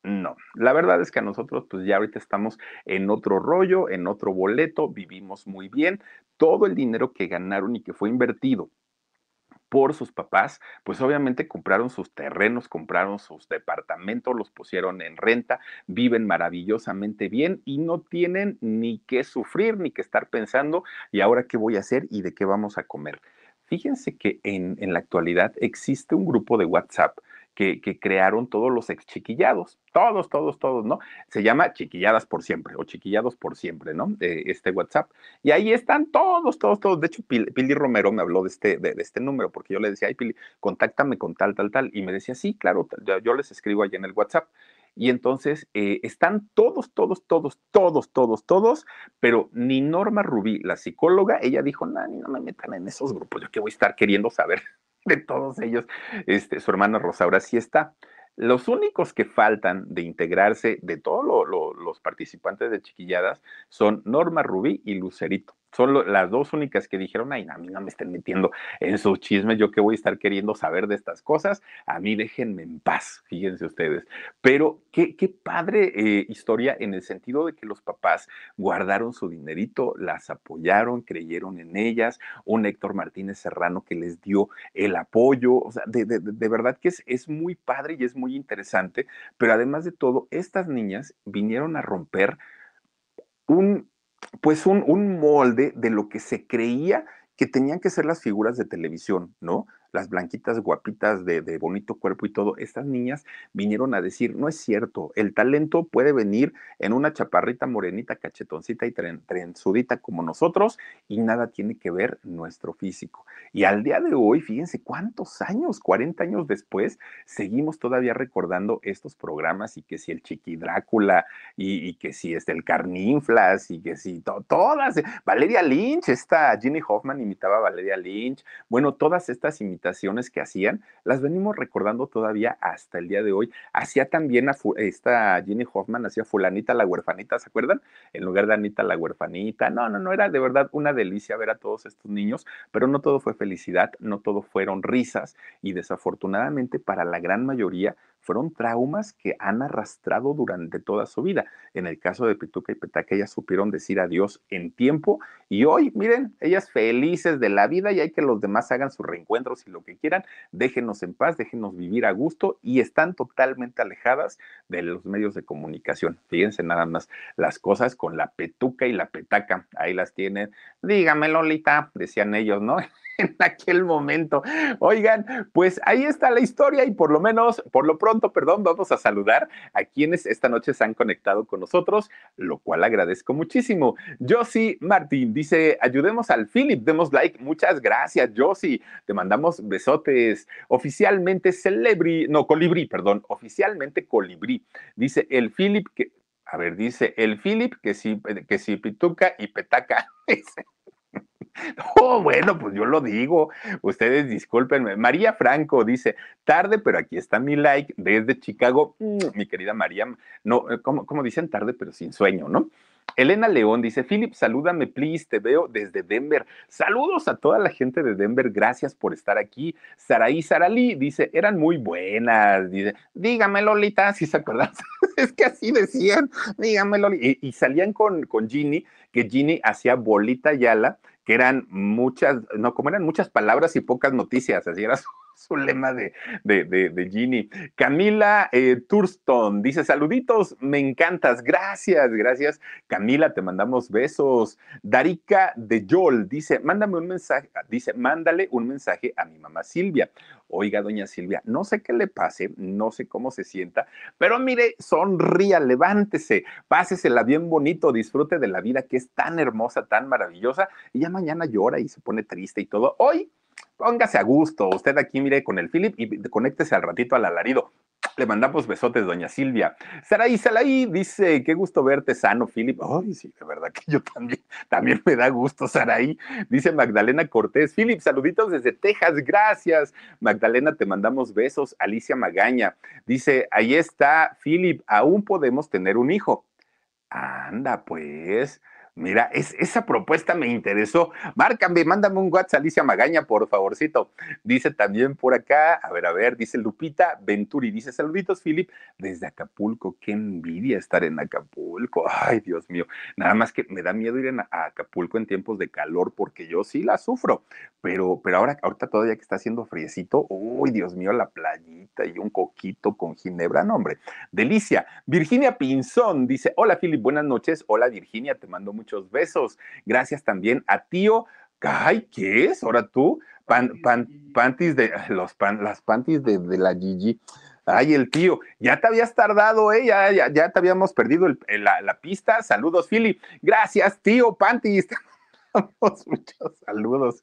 No, la verdad es que a nosotros pues ya ahorita estamos en otro rollo, en otro boleto, vivimos muy bien, todo el dinero que ganaron y que fue invertido por sus papás, pues obviamente compraron sus terrenos, compraron sus departamentos, los pusieron en renta, viven maravillosamente bien y no tienen ni que sufrir ni que estar pensando, ¿y ahora qué voy a hacer y de qué vamos a comer? Fíjense que en, en la actualidad existe un grupo de WhatsApp que, que crearon todos los ex chiquillados, todos, todos, todos, ¿no? Se llama Chiquilladas por Siempre o Chiquillados por Siempre, ¿no? Eh, este WhatsApp. Y ahí están todos, todos, todos. De hecho, Pili, Pili Romero me habló de este, de, de, este número, porque yo le decía, ay, Pili, contáctame con tal, tal, tal. Y me decía, sí, claro, yo, yo les escribo allá en el WhatsApp. Y entonces eh, están todos, todos, todos, todos, todos, todos, pero ni Norma Rubí, la psicóloga, ella dijo, no, ni no me metan en esos grupos, yo que voy a estar queriendo saber de todos ellos. Este, su hermana Rosaura sí está. Los únicos que faltan de integrarse de todos lo, lo, los participantes de Chiquilladas son Norma Rubí y Lucerito. Son lo, las dos únicas que dijeron, ay, no, a mí no me estén metiendo en sus chismes, yo que voy a estar queriendo saber de estas cosas, a mí déjenme en paz, fíjense ustedes. Pero qué, qué padre eh, historia en el sentido de que los papás guardaron su dinerito, las apoyaron, creyeron en ellas, un Héctor Martínez Serrano que les dio el apoyo, o sea, de, de, de verdad que es, es muy padre y es muy interesante, pero además de todo, estas niñas vinieron a romper un, pues un, un molde de lo que se creía que tenían que ser las figuras de televisión, ¿no? Las blanquitas guapitas de, de bonito cuerpo y todo. Estas niñas vinieron a decir, no es cierto, el talento puede venir en una chaparrita morenita, cachetoncita y tren, trenzudita como nosotros y nada tiene que ver nuestro físico. Y al día de hoy, fíjense cuántos años, cuarenta años después, seguimos todavía recordando estos programas y que si el Chiqui Drácula y, y que si es el Carninflas y que si to, todas, Valeria Lynch, esta Ginny Hoffman imitaba a Valeria Lynch, bueno, todas estas imitaciones que hacían, las venimos recordando todavía hasta el día de hoy. Hacía también a esta Ginny Hoffman, hacía fulanita la huerfanita, ¿se acuerdan? En lugar de Anita la huerfanita, no, no, no, era de verdad una delicia ver a todos estos niños, pero no todo fue felicidad, no todo fueron risas y desafortunadamente para la gran mayoría fueron traumas que han arrastrado durante toda su vida. En el caso de Pituca y Petaca, ellas supieron decir adiós en tiempo y hoy, miren, ellas felices de la vida y hay que los demás hagan sus reencuentros y lo que quieran, déjenos en paz, déjenos vivir a gusto y están totalmente alejadas de los medios de comunicación. Fíjense nada más las cosas con la Petuca y la Petaca, ahí las tienen. Dígame, Lolita, decían ellos, ¿no? En aquel momento. Oigan, pues ahí está la historia y por lo menos, por lo pronto, perdón, vamos a saludar a quienes esta noche se han conectado con nosotros, lo cual agradezco muchísimo. Josie Martín dice, ayudemos al Philip, demos like. Muchas gracias, Josie. Te mandamos besotes. Oficialmente Celebri, no, Colibrí, perdón, oficialmente Colibrí. Dice el Philip que, a ver, dice el Philip que sí, que sí, Pituca y Petaca. Oh, bueno, pues yo lo digo. Ustedes discúlpenme. María Franco dice, tarde, pero aquí está mi like desde Chicago. Mm, mi querida María, no, como, como dicen, tarde, pero sin sueño, ¿no? Elena León dice, Philip, salúdame, please, te veo desde Denver. Saludos a toda la gente de Denver, gracias por estar aquí. Saraí Saralí dice, eran muy buenas. Dice, dígame, Lolita, si se acuerdan. Es que así decían, dígame, Lolita. Y, y salían con, con Ginny, que Ginny hacía bolita yala, que eran muchas, no, como eran muchas palabras y pocas noticias, así era su, su lema de, de, de, de Ginny. Camila eh, Thurston dice, saluditos, me encantas, gracias, gracias. Camila, te mandamos besos. Darika de Yol dice, mándame un mensaje, dice, mándale un mensaje a mi mamá Silvia. Oiga, doña Silvia, no sé qué le pase, no sé cómo se sienta, pero mire, sonría, levántese, pásesela bien bonito, disfrute de la vida que es tan hermosa, tan maravillosa, y ya mañana llora y se pone triste y todo. Hoy, póngase a gusto, usted aquí mire con el Philip y conéctese al ratito al alarido. Le mandamos besotes, doña Silvia. Saraí, Saraí dice, qué gusto verte sano, Philip. Ay, sí, de verdad que yo también, también me da gusto, Saraí. Dice Magdalena Cortés, Philip, saluditos desde Texas, gracias. Magdalena, te mandamos besos. Alicia Magaña dice, ahí está, Philip, aún podemos tener un hijo. Anda, pues, Mira, es, esa propuesta me interesó. Márcame, mándame un WhatsApp, Alicia Magaña, por favorcito. Dice también por acá, a ver, a ver, dice Lupita Venturi, dice, saluditos, Philip, desde Acapulco. Qué envidia estar en Acapulco. Ay, Dios mío. Nada más que me da miedo ir en, a Acapulco en tiempos de calor, porque yo sí la sufro. Pero, pero ahora, ahorita todavía que está haciendo friecito, uy, Dios mío, la playita y un coquito con ginebra, no, hombre. Delicia. Virginia Pinzón dice, hola, Philip, buenas noches. Hola, Virginia, te mando mucho muchos besos. Gracias también a tío. Ay, ¿qué es? Ahora tú, pan, pan, panties de los pan, las panties de, de la Gigi. Ay, el tío, ya te habías tardado, ¿eh? Ya, ya, ya te habíamos perdido el, la, la pista. Saludos, Philly. Gracias, tío, panties. Muchos saludos.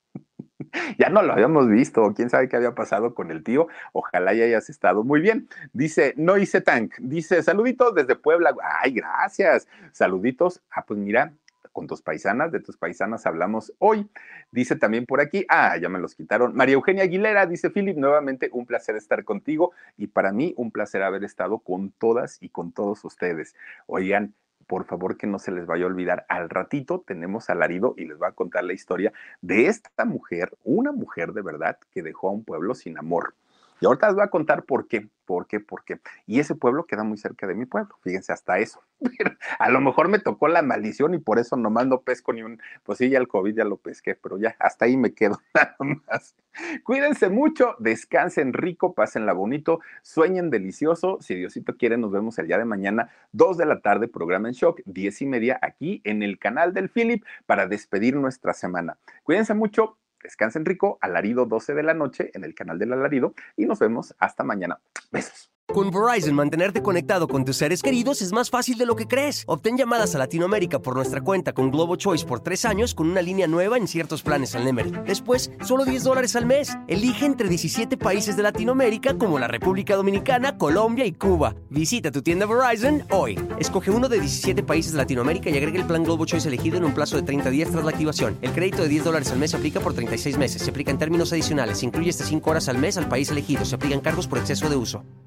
Ya no lo habíamos visto, quién sabe qué había pasado con el tío, ojalá ya hayas estado muy bien. Dice, no hice tank, dice, saluditos desde Puebla, ay, gracias, saluditos, ah, pues mira, con tus paisanas, de tus paisanas hablamos hoy. Dice también por aquí, ah, ya me los quitaron, María Eugenia Aguilera, dice, Philip, nuevamente un placer estar contigo y para mí un placer haber estado con todas y con todos ustedes. Oigan, por favor que no se les vaya a olvidar, al ratito tenemos alarido y les voy a contar la historia de esta mujer, una mujer de verdad que dejó a un pueblo sin amor. Y ahorita les voy a contar por qué, por qué, por qué. Y ese pueblo queda muy cerca de mi pueblo, fíjense, hasta eso. Pero a lo mejor me tocó la maldición y por eso nomás no pesco ni un, pues sí, ya el COVID ya lo pesqué, pero ya hasta ahí me quedo nada más. Cuídense mucho, descansen rico, pásenla bonito, sueñen delicioso. Si Diosito quiere, nos vemos el día de mañana, dos de la tarde, programa en shock, diez y media, aquí en el canal del Philip, para despedir nuestra semana. Cuídense mucho. Descansen rico, alarido doce de la noche en el canal del alarido y nos vemos hasta mañana. Besos. Con Verizon, mantenerte conectado con tus seres queridos es más fácil de lo que crees. Obtén llamadas a Latinoamérica por nuestra cuenta con Globo Choice por tres años con una línea nueva en ciertos planes al Nemery. Después, solo diez dólares al mes. Elige entre diecisiete países de Latinoamérica como la República Dominicana, Colombia y Cuba. Visita tu tienda Verizon hoy. Escoge uno de diecisiete países de Latinoamérica y agrega el plan Globo Choice elegido en un plazo de treinta días tras la activación. El crédito de diez dólares al mes se aplica por treinta y seis meses. Se aplica en términos adicionales. Se incluye hasta cinco horas al mes al país elegido. Se aplican cargos por exceso de uso.